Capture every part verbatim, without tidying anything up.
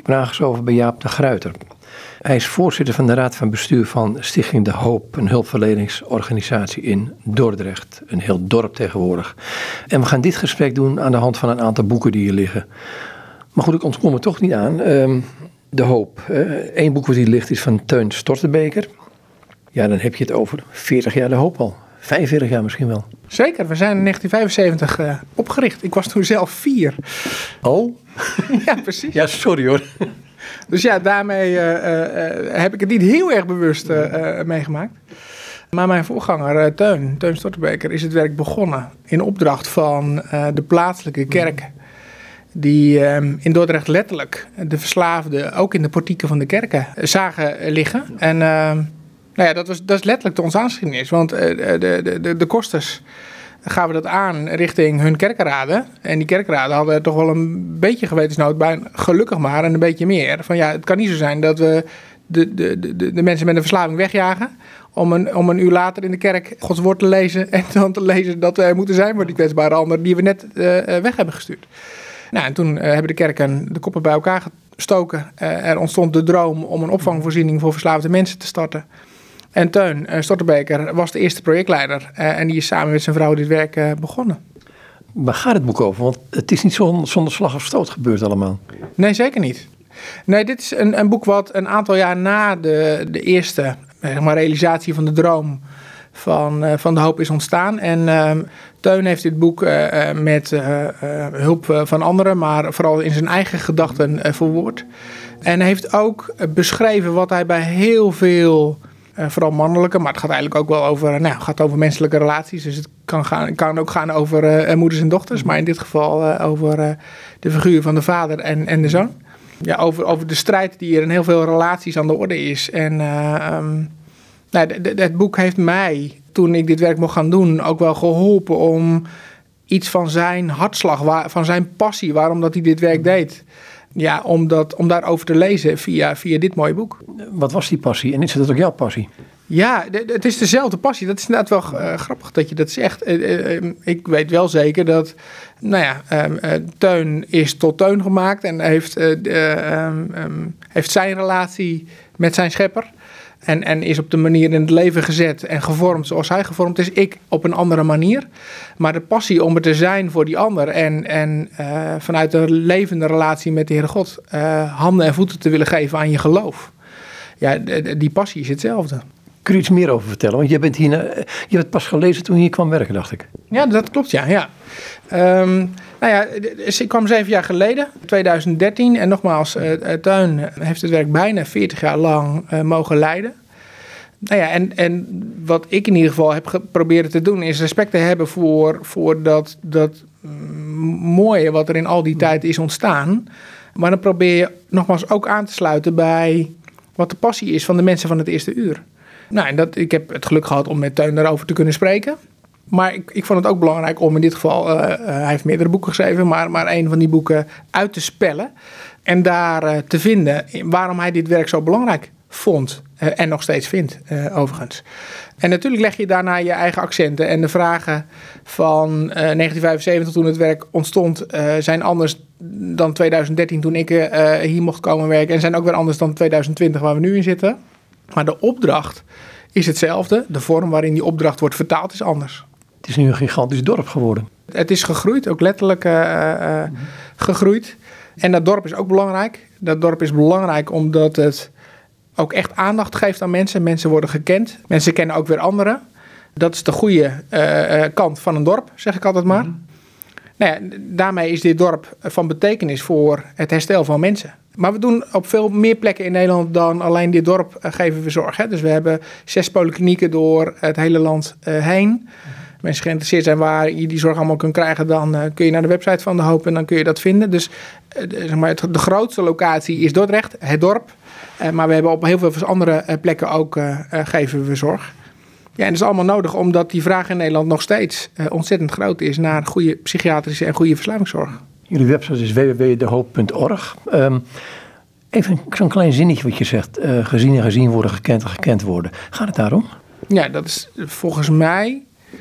praat eens over bij Jaap de Gruyter. Hij is voorzitter van de Raad van Bestuur van Stichting De Hoop, een hulpverleningsorganisatie in Dordrecht. Een heel dorp tegenwoordig. En we gaan dit gesprek doen aan de hand van een aantal boeken die hier liggen. Maar goed, ik ontkom er toch niet aan. Um, De Hoop. Eén uh, boek wat hier ligt is van Teun Stortebeker. Ja, dan heb je het over veertig jaar De Hoop al. vijfenveertig jaar misschien wel. Zeker, we zijn in negentien vijfenzeventig uh, opgericht. Ik was toen zelf vier. Oh? Ja, precies. Ja, sorry hoor. Dus ja, daarmee uh, uh, heb ik het niet heel erg bewust uh, uh, meegemaakt. Maar mijn voorganger, uh, Teun, Teun Stortebeker, is het werk begonnen in opdracht van uh, de plaatselijke kerken. Die uh, in Dordrecht letterlijk de verslaafden ook in de portieken van de kerken zagen liggen. En uh, nou ja, dat, was, dat is letterlijk de ontstaansgeschiedenis. Want uh, de, de, de, de kosters gaven dat aan richting hun kerkenraden. En die kerkenraden hadden toch wel een beetje gewetensnood bij, gelukkig maar, en een beetje meer. Van ja, het kan niet zo zijn dat we de, de, de, de mensen met een verslaving wegjagen. Om een, om een uur later in de kerk Gods woord te lezen. En dan te lezen dat we er moeten zijn voor die kwetsbare anderen die we net uh, weg hebben gestuurd. Nou, en toen uh, hebben de kerken de koppen bij elkaar gestoken. Uh, er ontstond de droom om een opvangvoorziening voor verslaafde mensen te starten. En Teun uh, Stortebeker was de eerste projectleider. Uh, en die is samen met zijn vrouw dit werk uh, begonnen. Waar gaat het boek over? Want het is niet zonder, zonder slag of stoot gebeurd allemaal. Nee, zeker niet. Nee, dit is een, een boek wat een aantal jaar na de, de eerste zeg maar, realisatie van de droom van, uh, van De Hoop is ontstaan. En uh, Teun heeft dit boek uh, met uh, uh, hulp van anderen, maar vooral in zijn eigen gedachten uh, verwoord. En heeft ook beschreven wat hij bij heel veel, uh, vooral mannelijke, maar het gaat eigenlijk ook wel over, nou, het gaat over menselijke relaties. Dus het kan, gaan, kan ook gaan over uh, moeders en dochters, maar in dit geval uh, over uh, de figuur van de vader en, en de zoon. Ja, over, over de strijd die er in heel veel relaties aan de orde is. En uh, um, nou, d- d- het boek heeft mij, toen ik dit werk mocht gaan doen, ook wel geholpen om iets van zijn hartslag, waar, van zijn passie, waarom dat hij dit werk deed. Ja, om, dat, om daarover te lezen via, via dit mooie boek. Wat was die passie? En is dat ook jouw passie? Ja, d- het is dezelfde passie. Dat is inderdaad wel uh, grappig dat je dat zegt. Uh, uh, ik weet wel zeker dat, nou ja, um, uh, Teun is tot Teun gemaakt en heeft, uh, uh, um, um, heeft zijn relatie met zijn schepper. En, en is op de manier in het leven gezet en gevormd zoals hij gevormd is. Ik op een andere manier. Maar de passie om er te zijn voor die ander. En, en uh, vanuit een levende relatie met de Heere God. Uh, handen en voeten te willen geven aan je geloof. Ja, die passie is hetzelfde. Kun je iets meer over vertellen? Want je bent hier, je hebt het pas gelezen toen je hier kwam werken, dacht ik. Ja, dat klopt, ja. ja. Um, nou ja, dus ik kwam zeven jaar geleden, twintig dertien. En nogmaals, uh, Teun heeft het werk bijna veertig jaar lang uh, mogen leiden. Nou ja, en, en wat ik in ieder geval heb geprobeerd te doen, is respect te hebben voor, voor dat, dat mooie wat er in al die tijd is ontstaan. Maar dan probeer je nogmaals ook aan te sluiten bij wat de passie is van de mensen van het eerste uur. Nou, en dat, ik heb het geluk gehad om met Teun daarover te kunnen spreken. Maar ik, ik vond het ook belangrijk om in dit geval, uh, uh, hij heeft meerdere boeken geschreven, maar, maar een van die boeken uit te spellen. En daar uh, te vinden waarom hij dit werk zo belangrijk vond. Uh, en nog steeds vindt, uh, overigens. En natuurlijk leg je daarna je eigen accenten. En de vragen van uh, negentien vijfenzeventig toen het werk ontstond, uh, zijn anders dan twintig dertien toen ik uh, hier mocht komen werken. En zijn ook weer anders dan twintig twintig waar we nu in zitten. Maar de opdracht is hetzelfde. De vorm waarin die opdracht wordt vertaald is anders. Het is nu een gigantisch dorp geworden. Het is gegroeid, ook letterlijk uh, uh, gegroeid. En dat dorp is ook belangrijk. Dat dorp is belangrijk omdat het ook echt aandacht geeft aan mensen. Mensen worden gekend. Mensen kennen ook weer anderen. Dat is de goede uh, kant van een dorp, zeg ik altijd maar. Mm-hmm. Nou ja, daarmee is dit dorp van betekenis voor het herstel van mensen. Maar we doen op veel meer plekken in Nederland dan alleen dit dorp uh, geven we zorg. Hè. Dus we hebben zes polyklinieken door het hele land uh, heen. Mm-hmm. Mensen geïnteresseerd zijn waar je die zorg allemaal kunt krijgen, dan uh, kun je naar de website van De Hoop en dan kun je dat vinden. Dus uh, de, zeg maar, het, de grootste locatie is Dordrecht, het dorp. Uh, maar we hebben op heel veel andere uh, plekken ook uh, uh, geven we zorg. Ja, en dat is allemaal nodig omdat die vraag in Nederland nog steeds uh, ontzettend groot is naar goede psychiatrische en goede verslavingszorg. Jullie website is w w w punt de hoop punt org. Um, even zo'n klein zinnetje wat je zegt. Uh, gezien en gezien worden, gekend en gekend worden. Gaat het daarom? Ja, dat is volgens mij,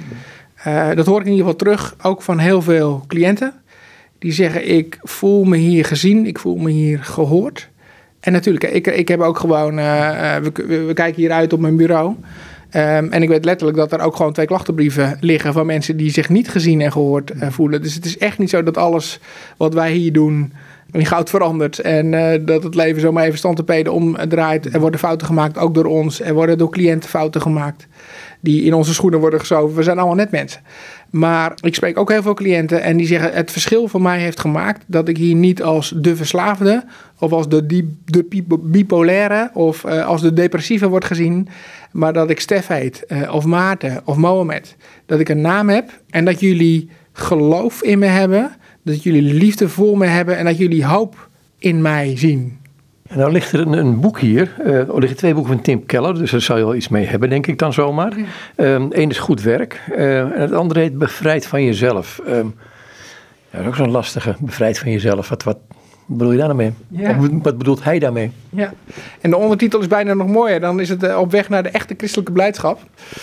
uh, dat hoor ik in ieder geval terug, ook van heel veel cliënten. Die zeggen, ik voel me hier gezien, ik voel me hier gehoord. En natuurlijk, ik, ik heb ook gewoon, uh, we, we, we kijken hier uit op mijn bureau. Um, en ik weet letterlijk dat er ook gewoon twee klachtenbrieven liggen van mensen die zich niet gezien en gehoord uh, voelen. Dus het is echt niet zo dat alles wat wij hier doen in goud verandert. En uh, dat het leven zomaar even standtepeden omdraait. Er worden fouten gemaakt, ook door ons. Er worden door cliënten fouten gemaakt die in onze schoenen worden geschoven. We zijn allemaal net mensen. Maar ik spreek ook heel veel cliënten en die zeggen... het verschil voor mij heeft gemaakt dat ik hier niet als de verslaafde... of als de, die, de bipolaire of uh, als de depressieve wordt gezien... maar dat ik Stef heet, uh, of Maarten, of Mohamed. Dat ik een naam heb en dat jullie geloof in me hebben... dat jullie liefde voor me hebben en dat jullie hoop in mij zien. En nou ligt er een, een boek hier. Uh, er liggen twee boeken van Tim Keller, dus daar zou je wel iets mee hebben, denk ik dan zomaar. Eén um, is Goed Werk uh, en het andere heet Bevrijd van Jezelf. Um, ja, dat is ook zo'n lastige, Bevrijd van Jezelf. Wat, wat bedoel je daar nou mee? Ja. Wat, wat bedoelt hij daarmee? Ja, en de ondertitel is bijna nog mooier. Dan is het uh, op weg naar de echte christelijke blijdschap.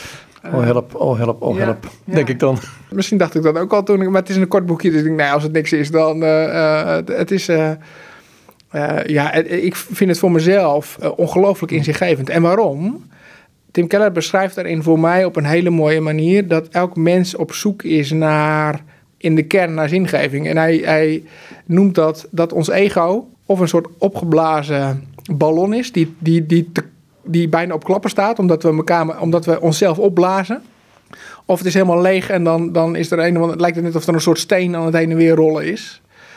Oh help, oh help, oh help, ja, denk ja. ik dan. Misschien dacht ik dat ook al toen, maar het is een kort boekje. Dus ik denk, nou, als het niks is, dan... Uh, uh, het, het is... Uh, Uh, ja, ik vind het voor mezelf uh, ongelooflijk inzichtgevend. En waarom? Tim Keller beschrijft daarin voor mij op een hele mooie manier... dat elk mens op zoek is naar, in de kern, naar zingeving. En hij, hij noemt dat, dat ons ego of een soort opgeblazen ballon is... die, die, die, te, die bijna op klappen staat, omdat we, elkaar, omdat we onszelf opblazen. Of het is helemaal leeg en dan, dan is er een, want het lijkt het net of er een soort steen aan het heen en weer rollen is...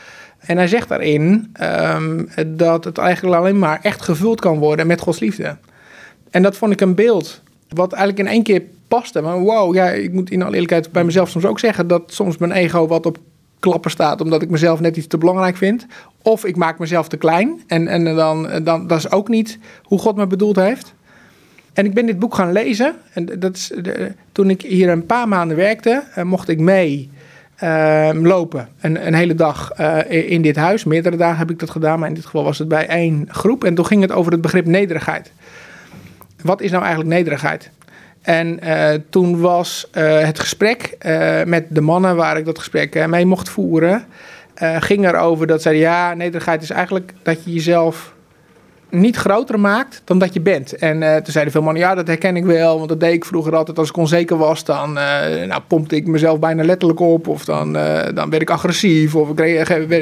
En hij zegt daarin um, dat het eigenlijk alleen maar echt gevuld kan worden met Gods liefde. En dat vond ik een beeld wat eigenlijk in één keer paste. Maar wow, ja, ik moet in alle eerlijkheid bij mezelf soms ook zeggen... dat soms mijn ego wat op klappen staat... omdat ik mezelf net iets te belangrijk vind. Of ik maak mezelf te klein. En, en dan, dan, dat is ook niet hoe God me bedoeld heeft. En ik ben dit boek gaan lezen. En dat is, de, toen ik hier een paar maanden werkte, uh, mocht ik mee... Uh, lopen, een, een hele dag uh, in dit huis. Meerdere dagen heb ik dat gedaan, maar in dit geval was het bij één groep. En toen ging het over het begrip nederigheid. Wat is nou eigenlijk nederigheid? En uh, toen was uh, het gesprek uh, met de mannen waar ik dat gesprek uh, mee mocht voeren... Uh, ging erover dat zeiden, ja, nederigheid is eigenlijk dat je jezelf niet groter maakt dan dat je bent. En uh, toen zeiden veel mannen, ja, dat herken ik wel, want dat deed ik vroeger altijd. Als ik onzeker was, dan uh, nou, pompte ik mezelf bijna letterlijk op. Of dan, uh, dan werd ik agressief. Of ik kreeg, uh,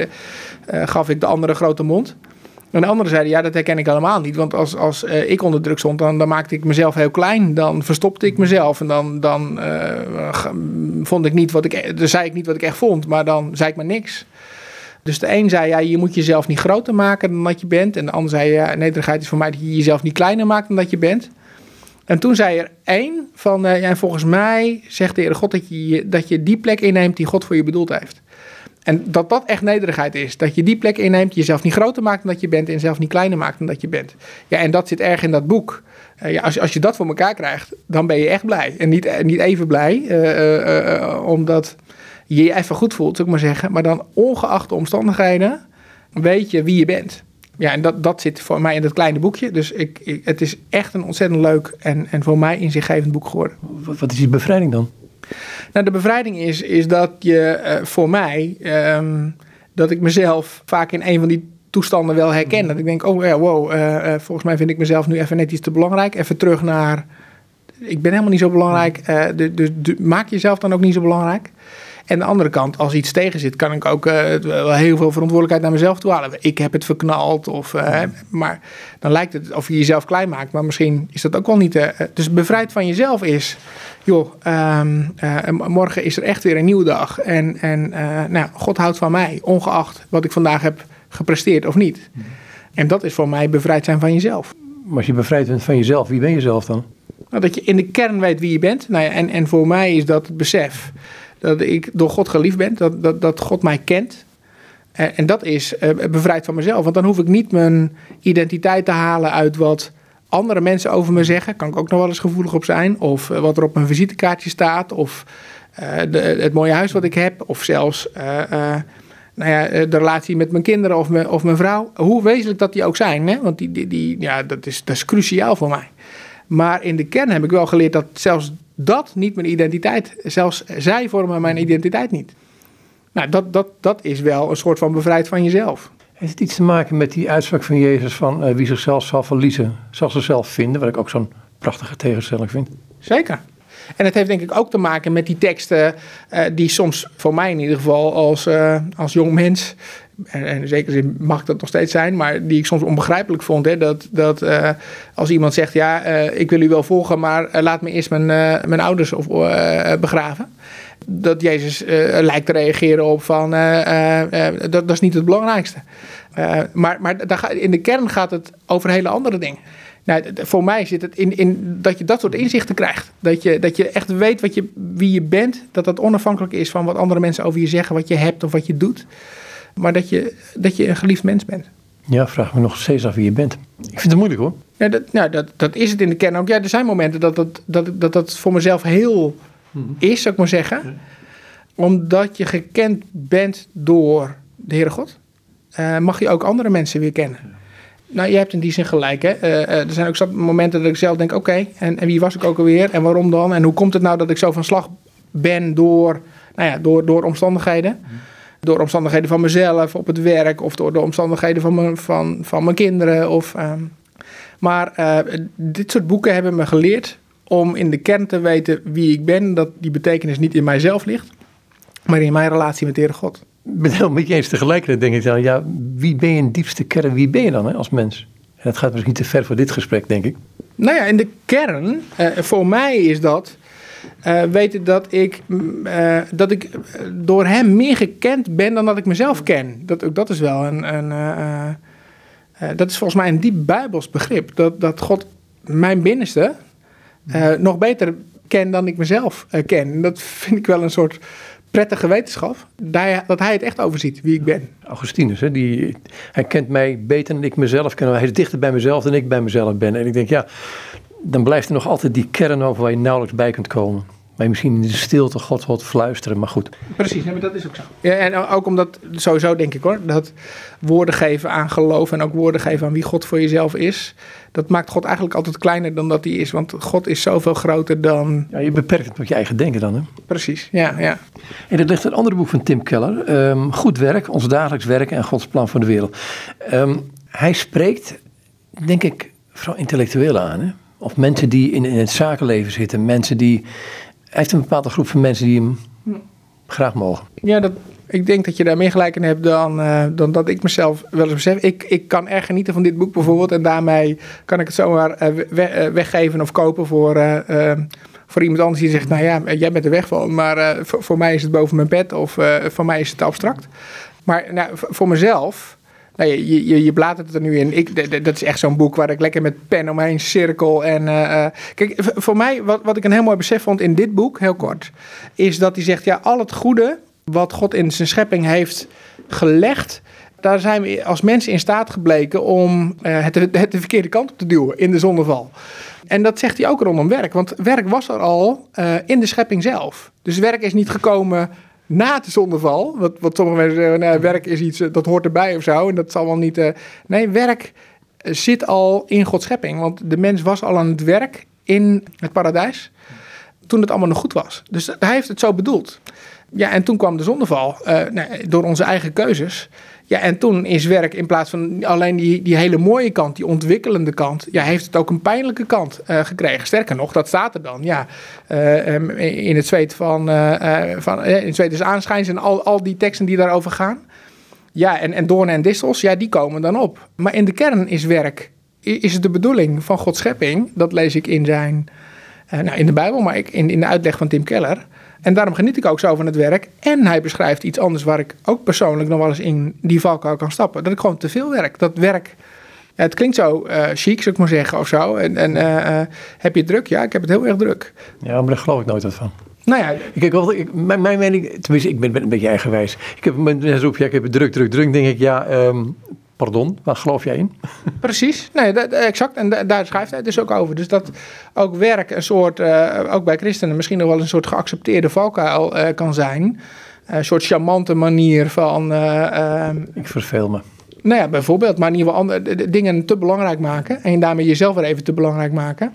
gaf ik de andere grote mond. En de anderen zeiden, ja, dat herken ik helemaal niet. Want als, als uh, ik onder druk stond, dan, dan maakte ik mezelf heel klein. Dan verstopte ik mezelf. En dan, dan uh, vond ik niet wat ik, dan zei ik niet wat ik echt vond. Maar dan zei ik maar niks. Dus de een zei, ja, je moet jezelf niet groter maken dan dat je bent. En de ander zei, ja, nederigheid is voor mij dat je jezelf niet kleiner maakt dan dat je bent. En toen zei er één van, uh, ja, en volgens mij zegt de Heere God dat je, dat je die plek inneemt die God voor je bedoeld heeft. En dat dat echt nederigheid is. Dat je die plek inneemt, jezelf niet groter maakt dan dat je bent en jezelf niet kleiner maakt dan dat je bent. Ja, en dat zit erg in dat boek. Uh, ja, als, als je dat voor elkaar krijgt, dan ben je echt blij. En niet, uh, niet even blij, uh, uh, uh, omdat... je je even goed voelt, zou ik maar zeggen. Maar dan ongeacht de omstandigheden weet je wie je bent. Ja, en dat, dat zit voor mij in dat kleine boekje. Dus ik, ik, het is echt een ontzettend leuk en, en voor mij inzichtgevend boek geworden. Wat, wat is die bevrijding dan? Nou, de bevrijding is, is dat je uh, voor mij... Um, dat ik mezelf vaak in een van die toestanden wel herken. Dat ik denk, oh ja, wow, uh, uh, volgens mij vind ik mezelf nu even net iets te belangrijk. Even terug naar... ik ben helemaal niet zo belangrijk. Uh, dus de, de, maak jezelf dan ook niet zo belangrijk. En aan de andere kant, als iets tegen zit, kan ik ook uh, wel heel veel verantwoordelijkheid naar mezelf toe halen. Ik heb het verknald, of, uh, maar dan lijkt het of je jezelf klein maakt. Maar misschien is dat ook wel niet. Uh, dus bevrijd van jezelf is, joh, um, uh, morgen is er echt weer een nieuwe dag. En, en uh, nou, God houdt van mij, ongeacht wat ik vandaag heb gepresteerd of niet. Mm. En dat is voor mij bevrijd zijn van jezelf. Maar als je bevrijd bent van jezelf, wie ben je zelf dan? Nou, dat je in de kern weet wie je bent. Nou ja, en, en voor mij is dat het besef dat ik door God geliefd ben, dat, dat, dat God mij kent. En, en dat is uh, bevrijd van mezelf. Want dan hoef ik niet mijn identiteit te halen uit wat andere mensen over me zeggen. Kan ik ook nog wel eens gevoelig op zijn. Of uh, wat er op mijn visitekaartje staat. Of uh, de, het mooie huis wat ik heb. Of zelfs uh, uh, nou ja, de relatie met mijn kinderen of, me, of mijn vrouw. Hoe wezenlijk dat die ook zijn. Hè? Want die, die, die, ja, dat, is, dat is cruciaal voor mij. Maar in de kern heb ik wel geleerd dat zelfs dat niet mijn identiteit, zelfs zij vormen mijn identiteit niet. Nou, dat, dat, dat is wel een soort van bevrijd van jezelf. Heeft het iets te maken met die uitspraak van Jezus van uh, wie zichzelf zal verliezen, zal zichzelf vinden, wat ik ook zo'n prachtige tegenstelling vind? Zeker. En het heeft denk ik ook te maken met die teksten uh, die soms, voor mij in ieder geval, als, uh, als jong mens, en, en in zekere zin mag dat nog steeds zijn, maar die ik soms onbegrijpelijk vond. Hè, dat dat uh, als iemand zegt, ja, uh, ik wil u wel volgen, maar uh, laat me eerst mijn, uh, mijn ouders of, uh, begraven. Dat Jezus uh, lijkt te reageren op van, uh, uh, uh, dat, dat is niet het belangrijkste. Uh, maar maar daar ga, in de kern gaat het over hele andere dingen. Nou, voor mij zit het in, in dat je dat soort inzichten krijgt. Dat je, dat je echt weet wat je, wie je bent. Dat dat onafhankelijk is van wat andere mensen over je zeggen. Wat je hebt of wat je doet. Maar dat je, dat je een geliefd mens bent. Ja, vraag me nog steeds af wie je bent. Ik vind het moeilijk hoor. Ja, dat, nou, dat, dat is het in de kern ook. Ja, er zijn momenten dat dat, dat, dat, dat voor mezelf heel mm-hmm. is, zou ik maar zeggen. Ja. Omdat je gekend bent door de Heere God. Uh, mag je ook andere mensen weer kennen. Ja. Nou, je hebt in die zin gelijk. Hè? Uh, uh, er zijn ook momenten dat ik zelf denk, oké, okay, en, en wie was ik ook alweer? En waarom dan? En hoe komt het nou dat ik zo van slag ben door, nou ja, door, door omstandigheden? Mm. Door omstandigheden van mezelf op het werk of door de omstandigheden van mijn, van, van mijn kinderen. Of, um, maar uh, dit soort boeken hebben me geleerd om in de kern te weten wie ik ben. Dat die betekenis niet in mijzelf ligt, maar in mijn relatie met de Heere God. Ik ben het wel met je eens. Tegelijkertijd denk ik dan, ja, wie ben je in diepste kern, wie ben je dan hè, als mens? En dat gaat misschien te ver voor dit gesprek, denk ik. Nou ja, in de kern, uh, voor mij is dat uh, weten dat ik, uh, dat ik door hem meer gekend ben dan dat ik mezelf ken. Dat, dat is wel een, een uh, uh, dat is volgens mij een diep Bijbels begrip. Dat, dat God mijn binnenste uh, nog beter kent dan ik mezelf uh, ken. En dat vind ik wel een soort prettige wetenschap, dat hij het echt overziet, wie ik ben. Augustinus, hè, die, hij kent mij beter dan ik mezelf ken. Hij is dichter bij mezelf dan ik bij mezelf ben. En ik denk, ja, dan blijft er nog altijd die kern over waar je nauwelijks bij kunt komen. Maar je misschien in de stilte God wat fluisteren, maar goed. Precies, nee, maar dat is ook zo. Ja, en ook omdat, sowieso denk ik hoor, dat woorden geven aan geloof en ook woorden geven aan wie God voor jezelf is, dat maakt God eigenlijk altijd kleiner dan dat hij is. Want God is zoveel groter dan... Ja, je beperkt het met je eigen denken dan, hè? Precies, ja, ja. En dat ligt een ander boek van Tim Keller. Um, Goed werk, ons dagelijks werken en Gods plan voor de wereld. Um, hij spreekt, denk ik, vooral intellectuelen aan, hè? Of mensen die in, in het zakenleven zitten. Mensen die... Hij heeft een bepaalde groep van mensen die hem hm. graag mogen. Ja, dat... Ik denk dat je daar meer gelijk in hebt dan, uh, dan dat ik mezelf wel eens besef. Ik, ik kan erg genieten van dit boek bijvoorbeeld. En daarmee kan ik het zomaar uh, we, uh, weggeven of kopen voor, uh, uh, voor iemand anders die zegt, nou ja, jij bent er weg van. Maar uh, voor, voor mij is het boven mijn bed of uh, voor mij is het abstract. Maar nou, voor mezelf, nou, je, je, je bladert er nu in. Ik, d- d- dat is echt zo'n boek waar ik lekker met pen omheen cirkel. En, uh, kijk, v- voor mij, wat, wat ik een heel mooi besef vond in dit boek, heel kort, is dat hij zegt, ja, al het goede wat God in zijn schepping heeft gelegd, daar zijn we als mensen in staat gebleken om uh, het, het de verkeerde kant op te duwen in de zondeval. En dat zegt hij ook rondom werk, want werk was er al uh, in de schepping zelf. Dus werk is niet gekomen na de zondeval. Wat, wat sommige mensen zeggen, nou, werk is iets, dat hoort erbij of zo. En dat zal wel niet... Uh, nee, werk zit al in Gods schepping, want de mens was al aan het werk in het paradijs toen het allemaal nog goed was. Dus hij heeft het zo bedoeld. Ja, en toen kwam de zondeval uh, nou, door onze eigen keuzes. Ja, en toen is werk in plaats van alleen die, die hele mooie kant, die ontwikkelende kant, ja, heeft het ook een pijnlijke kant uh, gekregen. Sterker nog, dat staat er dan. Ja, uh, um, in het zweet van, uh, uh, van uh, in het zweet is aanschijns en al, al die teksten die daarover gaan. Ja, en, en doornen en distels, ja, die komen dan op. Maar in de kern is werk, is het de bedoeling van Gods schepping. Dat lees ik in zijn, uh, nou, in de Bijbel, maar ik, in, in de uitleg van Tim Keller. En daarom geniet ik ook zo van het werk. En hij beschrijft iets anders waar ik ook persoonlijk nog wel eens in die valkuil kan stappen. Dat ik gewoon te veel werk. Dat werk, ja, het klinkt zo uh, chic, zou ik maar zeggen, of zo. En, en uh, uh, heb je het druk? Ja, ik heb het heel erg druk. Ja, maar daar geloof ik nooit wat van. Nou ja, Kijk, wel, ik, mijn, mijn mening, tenminste, ik ben, ben een beetje eigenwijs. Ik heb mensen roep, ja, ik heb het druk, druk, druk. denk ik, ja, um, pardon, waar geloof jij in? Precies, nee, dat, exact. En da, daar schrijft hij het dus ook over. Dus dat ook werk een soort, uh, ook bij christenen, misschien nog wel een soort geaccepteerde valkuil uh, kan zijn. Een soort charmante manier van... Uh, uh, ik verveel me. Nou ja, bijvoorbeeld, maar in ieder geval andere, de, de dingen te belangrijk maken. En daarmee jezelf weer even te belangrijk maken.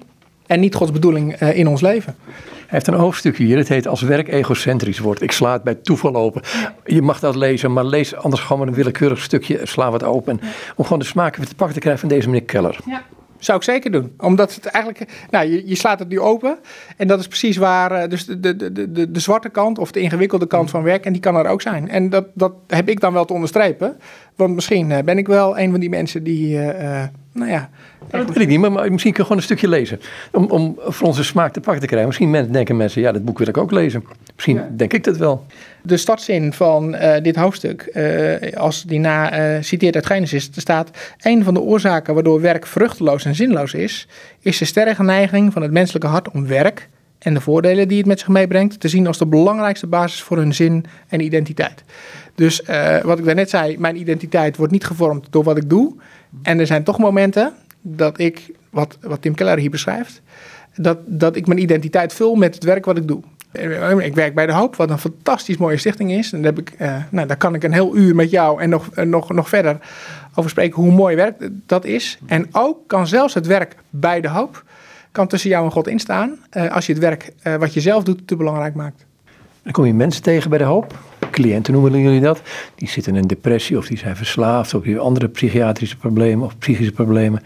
en niet Gods bedoeling uh, in ons leven. Hij heeft een hoofdstukje hier, het heet Als werk egocentrisch wordt. Ik sla het bij toeval open. Je mag dat lezen, maar lees anders gewoon maar een willekeurig stukje, sla wat open. Om gewoon de smaak even te pakken te krijgen van deze meneer Keller. Ja. Zou ik zeker doen. Omdat het eigenlijk, nou, je, je slaat het nu open. En dat is precies waar, dus de, de, de, de, de zwarte kant of de ingewikkelde kant van werk. En die kan er ook zijn. En dat, dat heb ik dan wel te onderstrepen. Want misschien ben ik wel een van die mensen die, uh, nou ja... Ja, dat weet ik niet, maar, maar misschien kun je gewoon een stukje lezen. Om, om voor onze smaak te pakken te krijgen. Misschien men, denken mensen, ja, dat boek wil ik ook lezen. Misschien ja. denk ik dat wel. De startzin van uh, dit hoofdstuk, uh, als die na uh, citeert uit Genesis, er staat: een van de oorzaken waardoor werk vruchteloos en zinloos is, is de sterke neiging van het menselijke hart om werk en de voordelen die het met zich meebrengt te zien als de belangrijkste basis voor hun zin en identiteit. Dus uh, wat ik daarnet zei, mijn identiteit wordt niet gevormd door wat ik doe. En er zijn toch momenten dat ik, wat, wat Tim Keller hier beschrijft, dat, dat ik mijn identiteit vul met het werk wat ik doe. Ik werk bij De Hoop, wat een fantastisch mooie stichting is. En daar, heb ik, uh, nou, daar kan ik een heel uur met jou en nog, uh, nog, nog verder over spreken hoe mooi werk dat is. En ook kan zelfs het werk bij De Hoop kan tussen jou en God instaan, uh, als je het werk uh, wat je zelf doet te belangrijk maakt. Dan kom je mensen tegen bij De Hoop, cliënten noemen jullie dat. Die zitten in een depressie of die zijn verslaafd of die hebben andere psychiatrische problemen of psychische problemen.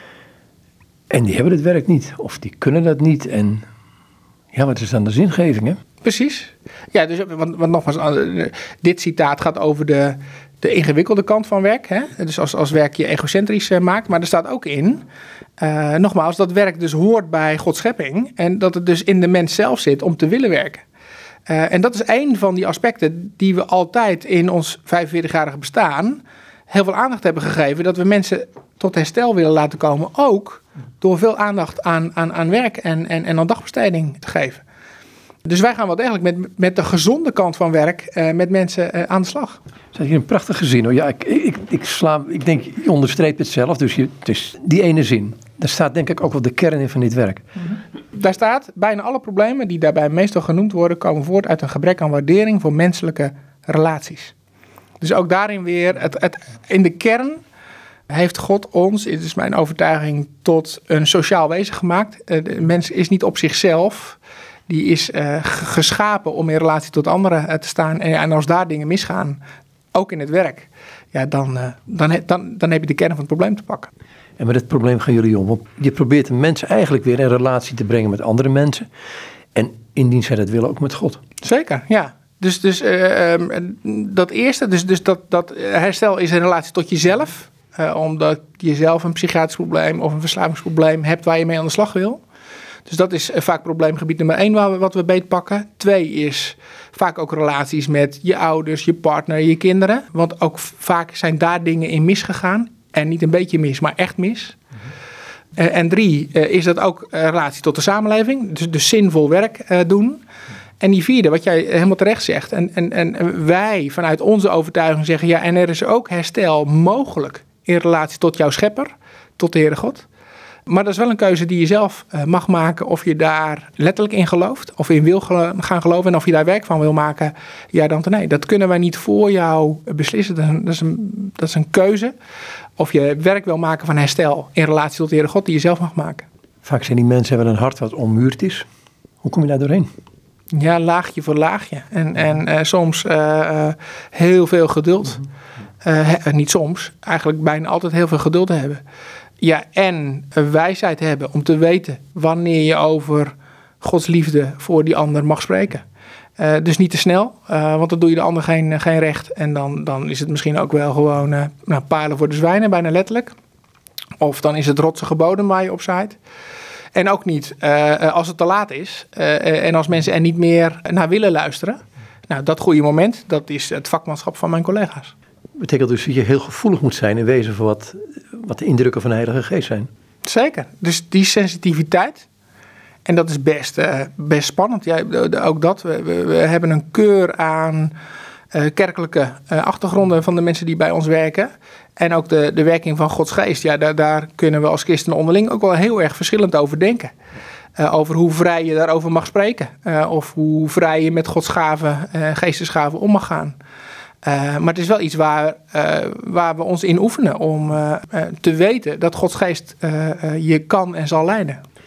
En die hebben het werk niet of die kunnen dat niet en... Ja, wat is dan de zingeving, hè? Precies. Ja, dus, want, want nogmaals, dit citaat gaat over de, de ingewikkelde kant van werk. Hè? Dus als, als werk je egocentrisch uh, maakt. Maar er staat ook in, uh, nogmaals, dat werk dus hoort bij Gods schepping. En dat het dus in de mens zelf zit om te willen werken. Uh, en dat is een van die aspecten die we altijd in ons vijfenveertigjarige bestaan heel veel aandacht hebben gegeven. Dat we mensen tot herstel willen laten komen. Ook door veel aandacht aan, aan, aan werk en, en, en aan dagbesteding te geven. Dus wij gaan wel degelijk met, met de gezonde kant van werk uh, met mensen uh, aan de slag. Zat hier een prachtige zin hoor. Ja, ik, ik, ik, sla, ik denk, je onderstreept het zelf. Dus je, het is die ene zin. Daar staat denk ik ook wel de kern in van dit werk. Mm-hmm. Daar staat, bijna alle problemen die daarbij meestal genoemd worden, komen voort uit een gebrek aan waardering voor menselijke relaties. Dus ook daarin weer, het, het, in de kern heeft God ons, het is mijn overtuiging, tot een sociaal wezen gemaakt. De mens is niet op zichzelf, die is uh, geschapen om in relatie tot anderen uh, te staan. En, en als daar dingen misgaan, ook in het werk, ja, dan, uh, dan, dan, dan heb je de kern van het probleem te pakken. En met het probleem gaan jullie om. Want je probeert de mensen eigenlijk weer in relatie te brengen met andere mensen. En indien zij dat willen, ook met God. Zeker, ja. Dus, dus uh, um, dat eerste, dus, dus dat, dat herstel is in relatie tot jezelf. Uh, omdat je zelf een psychiatrisch probleem of een verslavingsprobleem hebt waar je mee aan de slag wil. Dus dat is uh, vaak probleemgebied nummer één waar we, wat we beetpakken. Twee is vaak ook relaties met je ouders, je partner, je kinderen. Want ook vaak zijn daar dingen in misgegaan. En niet een beetje mis, maar echt mis. Mm-hmm. Uh, en drie uh, is dat ook uh, relatie tot de samenleving. Dus, dus zinvol werk uh, doen. En die vierde, wat jij helemaal terecht zegt. En, en, en wij vanuit onze overtuiging zeggen, ja, en er is ook herstel mogelijk in relatie tot jouw schepper, tot de Heere God. Maar dat is wel een keuze die je zelf uh, mag maken of je daar letterlijk in gelooft. Of in wil gelo- gaan geloven en of je daar werk van wil maken. Ja, dan te nee. Dat kunnen wij niet voor jou beslissen. Dat is, een, dat, is een, dat is een keuze. Of je werk wil maken van herstel in relatie tot de Heere God die je zelf mag maken. Vaak zijn die mensen hebben een hart wat ommuurd is. Hoe kom je daar doorheen? Ja, laagje voor laagje. En, en uh, soms uh, uh, heel veel geduld. Uh, he, niet soms, eigenlijk bijna altijd heel veel geduld hebben. Ja, en een wijsheid hebben om te weten wanneer je over Gods liefde voor die ander mag spreken. Uh, dus niet te snel, uh, want dan doe je de ander geen, geen recht. En dan, dan is het misschien ook wel gewoon uh, nou, palen voor de zwijnen, bijna letterlijk. Of dan is het rotsige bodem waar je op zaait. En ook niet uh, als het te laat is uh, en als mensen er niet meer naar willen luisteren. Nou, dat goede moment, dat is het vakmanschap van mijn collega's. Betekent dus dat je heel gevoelig moet zijn in wezen voor wat, wat de indrukken van de Heilige Geest zijn. Zeker. Dus die sensitiviteit. En dat is best, uh, best spannend. Ja, ook dat. We, we, we hebben een keur aan uh, kerkelijke uh, achtergronden van de mensen die bij ons werken. En ook de, de werking van Gods Geest. Ja, daar, daar kunnen we als christenen onderling ook wel heel erg verschillend over denken. Uh, over hoe vrij je daarover mag spreken. Uh, of hoe vrij je met Gods gaven, uh, geestesgaven om mag gaan. Uh, maar het is wel iets waar, uh, waar we ons in oefenen om uh, uh, te weten dat Gods Geest uh, uh, je kan en zal leiden.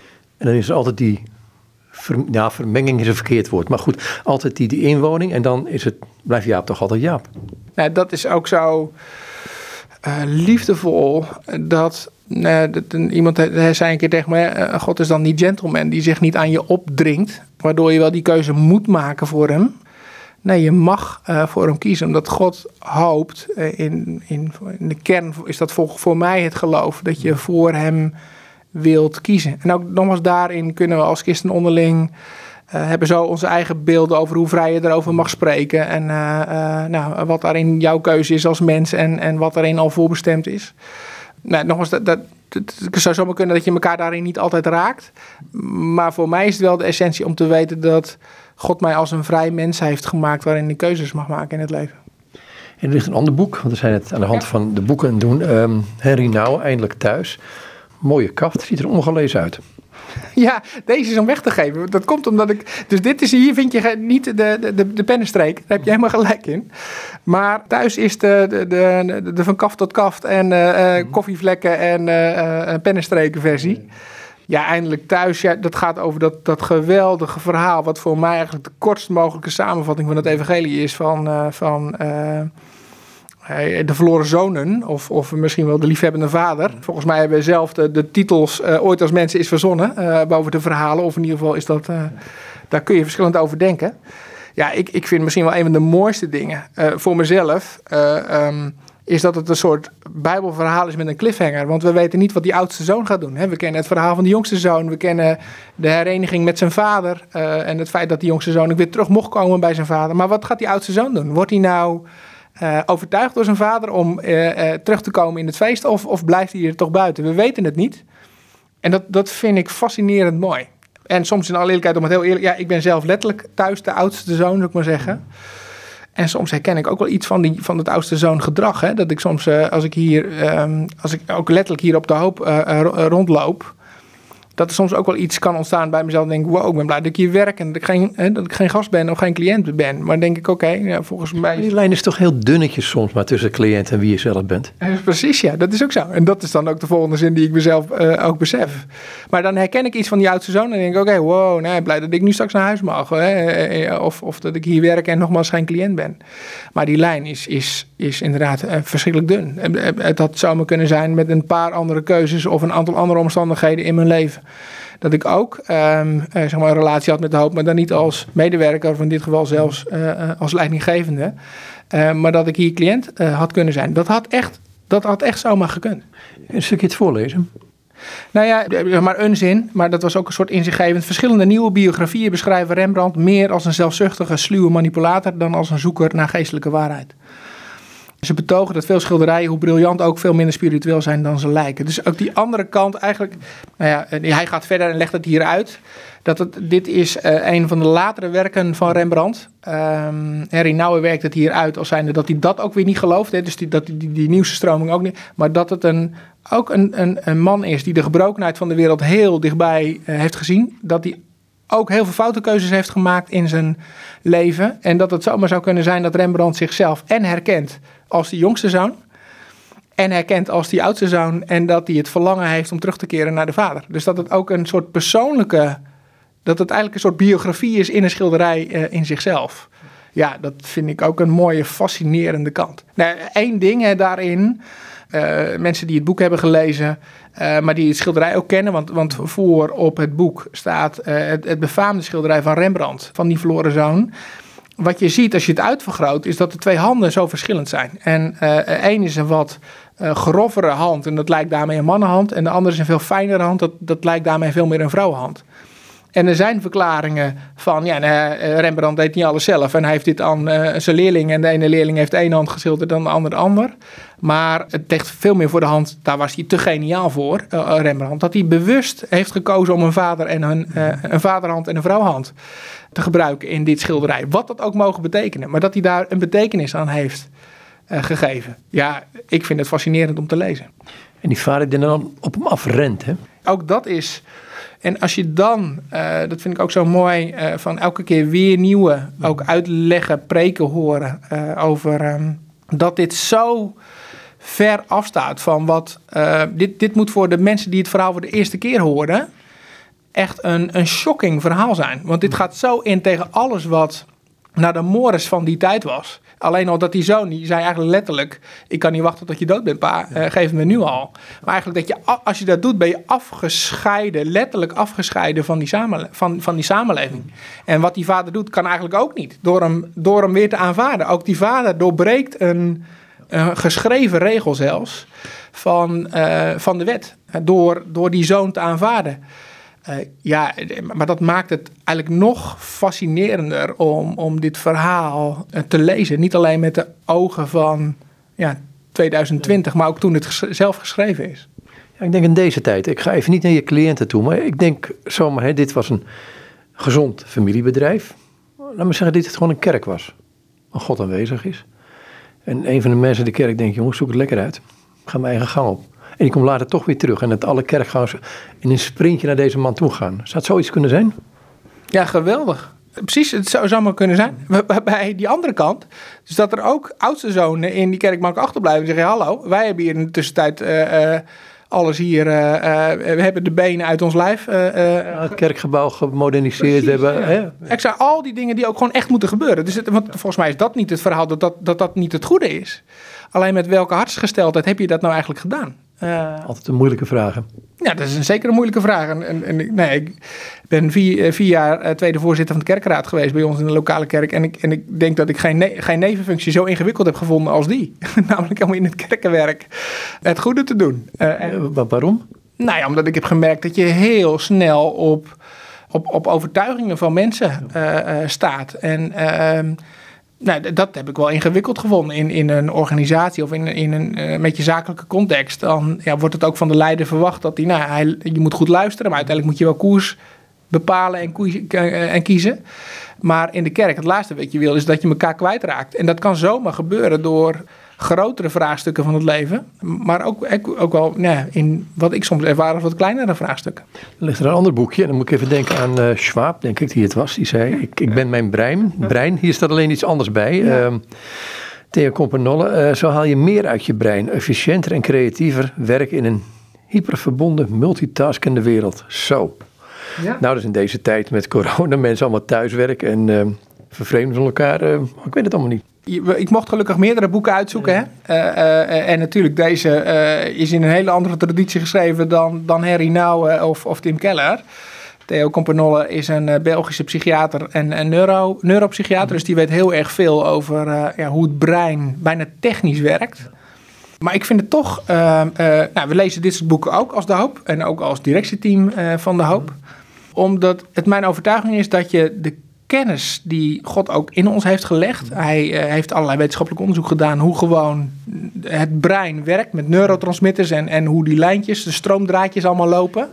En dan is er altijd die, ver, ja, vermenging is een verkeerd woord. Maar goed, altijd die, die inwoning. En dan is het, blijft Jaap toch altijd Jaap. Ja, dat is ook zo uh, liefdevol. Dat, uh, dat iemand zei een keer tegen me, uh, God is dan die gentleman die zich niet aan je opdringt. Waardoor je wel die keuze moet maken voor hem. Nee, je mag uh, voor hem kiezen, omdat God hoopt, uh, in, in, in de kern is dat voor, voor mij het geloof, dat je voor hem wilt kiezen. En ook nogmaals daarin kunnen we als christen onderling uh, hebben zo onze eigen beelden over hoe vrij je erover mag spreken. En uh, uh, nou, wat daarin jouw keuze is als mens en, en wat daarin al voorbestemd is. Nou, nogmaals, dat, dat, het zou zomaar kunnen dat je elkaar daarin niet altijd raakt. Maar voor mij is het wel de essentie om te weten dat God mij als een vrij mens heeft gemaakt waarin ik keuzes mag maken in het leven. En er ligt een ander boek, want we zijn het aan de hand ja. van de boeken doen. Um, Henry Nouwen, Eindelijk Thuis. Mooie kaft, ziet er ongelezen uit. Ja, deze is om weg te geven. Dat komt omdat ik... Dus dit is, hier vind je niet de, de, de pennenstreek. Daar heb je helemaal gelijk in. Maar thuis is de, de, de, de van kaft tot kaft en uh, uh, koffievlekken en uh, uh, pennenstreken versie. Ja, Eindelijk Thuis. Ja, dat gaat over dat, dat geweldige verhaal, wat voor mij eigenlijk de kortst mogelijke samenvatting van het evangelie is van... Uh, van uh, De verloren zonen, of, of misschien wel de liefhebbende vader. Volgens mij hebben we zelf de, de titels uh, ooit als mensen is verzonnen uh, boven de verhalen. Of in ieder geval is dat, uh, daar kun je verschillend over denken. Ja, ik, ik vind misschien wel een van de mooiste dingen uh, voor mezelf... Uh, um, is dat het een soort bijbelverhaal is met een cliffhanger. Want we weten niet wat die oudste zoon gaat doen. Hè? We kennen het verhaal van de jongste zoon. We kennen de hereniging met zijn vader. Uh, en het feit dat die jongste zoon ook weer terug mocht komen bij zijn vader. Maar wat gaat die oudste zoon doen? Wordt hij nou... Uh, overtuigd door zijn vader om uh, uh, terug te komen in het feest of, of blijft hij er toch buiten? We weten het niet. En dat, dat vind ik fascinerend mooi. En soms in alle eerlijkheid, om het heel eerlijk... Ja, ik ben zelf letterlijk thuis de oudste zoon, zou ik maar zeggen. En soms herken ik ook wel iets van, die, van het oudste zoon gedrag. Hè? Dat ik soms, uh, als ik hier... Um, als ik ook letterlijk hier op de hoop uh, uh, rondloop... dat er soms ook wel iets kan ontstaan bij mezelf. Dan denk ik, wow, ik ben blij dat ik hier werk en dat ik geen, hè, dat ik geen gast ben of geen cliënt ben. Maar dan denk ik, oké, okay, ja, volgens mij... Die lijn is toch heel dunnetjes soms maar tussen cliënt en wie je zelf bent. Ja, precies, ja, dat is ook zo. En dat is dan ook de volgende zin die ik mezelf uh, ook besef. Maar dan herken ik iets van die oudste zoon en denk ik, oké, okay, wow, nee, blij dat ik nu straks naar huis mag. Hè, of, of dat ik hier werk en nogmaals geen cliënt ben. Maar die lijn is, is, is inderdaad uh, verschrikkelijk dun. Het had zomaar kunnen zijn met een paar andere keuzes of een aantal andere omstandigheden in mijn leven. Dat ik ook um, zeg maar een relatie had met de hoop, maar dan niet als medewerker, of in dit geval zelfs uh, als leidinggevende. Uh, maar dat ik hier cliënt uh, had kunnen zijn. Dat had echt, dat had echt zomaar gekund. Een stukje het voorlezen? Nou ja, zeg maar een zin, maar dat was ook een soort inzichtgevend. Verschillende nieuwe biografieën beschrijven Rembrandt meer als een zelfzuchtige, sluwe manipulator dan als een zoeker naar geestelijke waarheid. Ze betogen dat veel schilderijen, hoe briljant ook, veel minder spiritueel zijn dan ze lijken. Dus ook die andere kant eigenlijk, nou ja, hij gaat verder en legt het hier uit. Dat het, dit is uh, een van de latere werken van Rembrandt. Um, Henry Nouwen werkt het hier uit als zijnde dat hij dat ook weer niet gelooft. Hè? Dus die, dat die, die, die nieuwste stroming ook niet. Maar dat het een, ook een, een, een man is die de gebrokenheid van de wereld heel dichtbij uh, heeft gezien. Dat hij ook heel veel foute keuzes heeft gemaakt in zijn leven. En dat het zomaar zou kunnen zijn dat Rembrandt zichzelf en herkent als die jongste zoon. En herkent als die oudste zoon. En dat hij het verlangen heeft om terug te keren naar de vader. Dus dat het ook een soort persoonlijke... dat het eigenlijk een soort biografie is in een schilderij uh, in zichzelf. Ja, dat vind ik ook een mooie, fascinerende kant. Nou, één ding hè, daarin... Uh, mensen die het boek hebben gelezen, uh, maar die het schilderij ook kennen. Want, want voor op het boek staat uh, het, het befaamde schilderij van Rembrandt, van die verloren zoon. Wat je ziet als je het uitvergroot, is dat de twee handen zo verschillend zijn. En uh, één is een wat uh, grovere hand en dat lijkt daarmee een mannenhand. En de andere is een veel fijnere hand, dat, dat lijkt daarmee veel meer een vrouwenhand. En er zijn verklaringen van, ja, uh, Rembrandt deed niet alles zelf. En hij heeft dit aan uh, zijn leerling. En de ene leerling heeft één hand geschilderd dan de andere ander. Maar het ligt veel meer voor de hand, daar was hij te geniaal voor, uh, Rembrandt. Dat hij bewust heeft gekozen om een vader en een, uh, een vaderhand en een vrouwhand te gebruiken in dit schilderij. Wat dat ook mogen betekenen. Maar dat hij daar een betekenis aan heeft uh, gegeven. Ja, ik vind het fascinerend om te lezen. En die vader die dan op hem afrent, hè? Ook dat is... En als je dan, uh, dat vind ik ook zo mooi, uh, van elke keer weer nieuwe, ook uitleggen, preken horen uh, over um, dat dit zo ver afstaat van wat, uh, dit, dit moet voor de mensen die het verhaal voor de eerste keer horen, echt een, een shocking verhaal zijn. Want dit gaat zo in tegen alles wat naar de mores van die tijd was. Alleen al dat die zoon, die zei eigenlijk letterlijk... ik kan niet wachten tot je dood bent, pa. Uh, geef het me nu al. Maar eigenlijk, dat je, als je dat doet, ben je afgescheiden... letterlijk afgescheiden van die, samenle- van, van die samenleving. En wat die vader doet, kan eigenlijk ook niet. Door hem, door hem weer te aanvaarden. Ook die vader doorbreekt een, een geschreven regel zelfs... van, uh, van de wet. Door, door die zoon te aanvaarden. Uh, ja, maar dat maakt het eigenlijk nog fascinerender om, om dit verhaal uh, te lezen. Niet alleen met de ogen van ja, tweeduizend twintig, maar ook toen het ges- zelf geschreven is. Ja, ik denk in deze tijd, ik ga even niet naar je cliënten toe, maar ik denk zomaar, hè, dit was een gezond familiebedrijf. Laat me zeggen dat dit gewoon een kerk was, waar God aanwezig is. En een van de mensen in de kerk denkt, jongens, zoek het lekker uit. Ik ga mijn eigen gang op. En die komt later toch weer terug. En dat alle kerkgangers in een sprintje naar deze man toe gaan. Zou het zoiets kunnen zijn? Ja, geweldig. Precies, het zou, zou maar kunnen zijn. Bij die andere kant, dus dat er ook oudste zonen in die kerkbank achterblijven en zeggen, hallo, wij hebben hier in de tussentijd uh, uh, alles hier, uh, uh, we hebben de benen uit ons lijf. Uh, uh, ja, het kerkgebouw gemoderniseerd. Precies, hebben, ja. Hè? Exact, al die dingen die ook gewoon echt moeten gebeuren. Dus het, want volgens mij is dat niet het verhaal, dat dat, dat dat niet het goede is. Alleen met welke hartsgesteldheid heb je dat nou eigenlijk gedaan? Uh, Altijd een moeilijke vraag. Ja, dat is een, zeker een moeilijke vraag. En, en, en, nee, ik ben vier, vier jaar uh, tweede voorzitter van de kerkraad geweest bij ons in de lokale kerk. En ik, en ik denk dat ik geen, ne- geen nevenfunctie zo ingewikkeld heb gevonden als die. Namelijk om in het kerkenwerk het goede te doen. Uh, en, uh, waarom? Nou ja, omdat ik heb gemerkt dat je heel snel op, op, op overtuigingen van mensen uh, uh, staat. En... Uh, Nou, dat heb ik wel ingewikkeld gevonden in, in een organisatie of in, in een uh, met je zakelijke context. Dan ja, wordt het ook van de leider verwacht dat hij, nou, hij, je moet goed luisteren, maar uiteindelijk moet je wel koers bepalen en, koers, uh, en kiezen. Maar in de kerk, het laatste wat je wil, is dat je elkaar kwijtraakt. En dat kan zomaar gebeuren door grotere vraagstukken van het leven, maar ook, ook wel nou, in wat ik soms ervaar als wat kleinere vraagstukken. Er ligt er een ander boekje en dan moet ik even denken aan uh, Schwab, denk ik, die het was. Die zei, ik, ik ben mijn brein. brein. Hier staat alleen iets anders bij. Ja. Uh, Theo Compernolle, uh, zo haal je meer uit je brein. Efficiënter en creatiever werken in een hyperverbonden, multitaskende wereld. Zo. Ja. Nou, dus in deze tijd met corona, mensen allemaal thuiswerken en uh, vervreemden van elkaar. Uh, ik weet het allemaal niet. Ik mocht gelukkig meerdere boeken uitzoeken. Hè? Uh, uh, en natuurlijk, deze uh, is in een hele andere traditie geschreven dan, dan Harry Nouwen of, of Tim Keller. Theo Compernolle is een uh, Belgische psychiater en, en neuro, neuropsychiater. Dus die weet heel erg veel over uh, ja, hoe het brein bijna technisch werkt. Maar ik vind het toch... Uh, uh, nou, we lezen dit soort boeken ook als De Hoop. En ook als directieteam uh, van De Hoop. Omdat het mijn overtuiging is dat je de kennis die God ook in ons heeft gelegd. Hij uh, heeft allerlei wetenschappelijk onderzoek gedaan hoe gewoon het brein werkt met neurotransmitters en, en hoe die lijntjes, de stroomdraadjes allemaal lopen.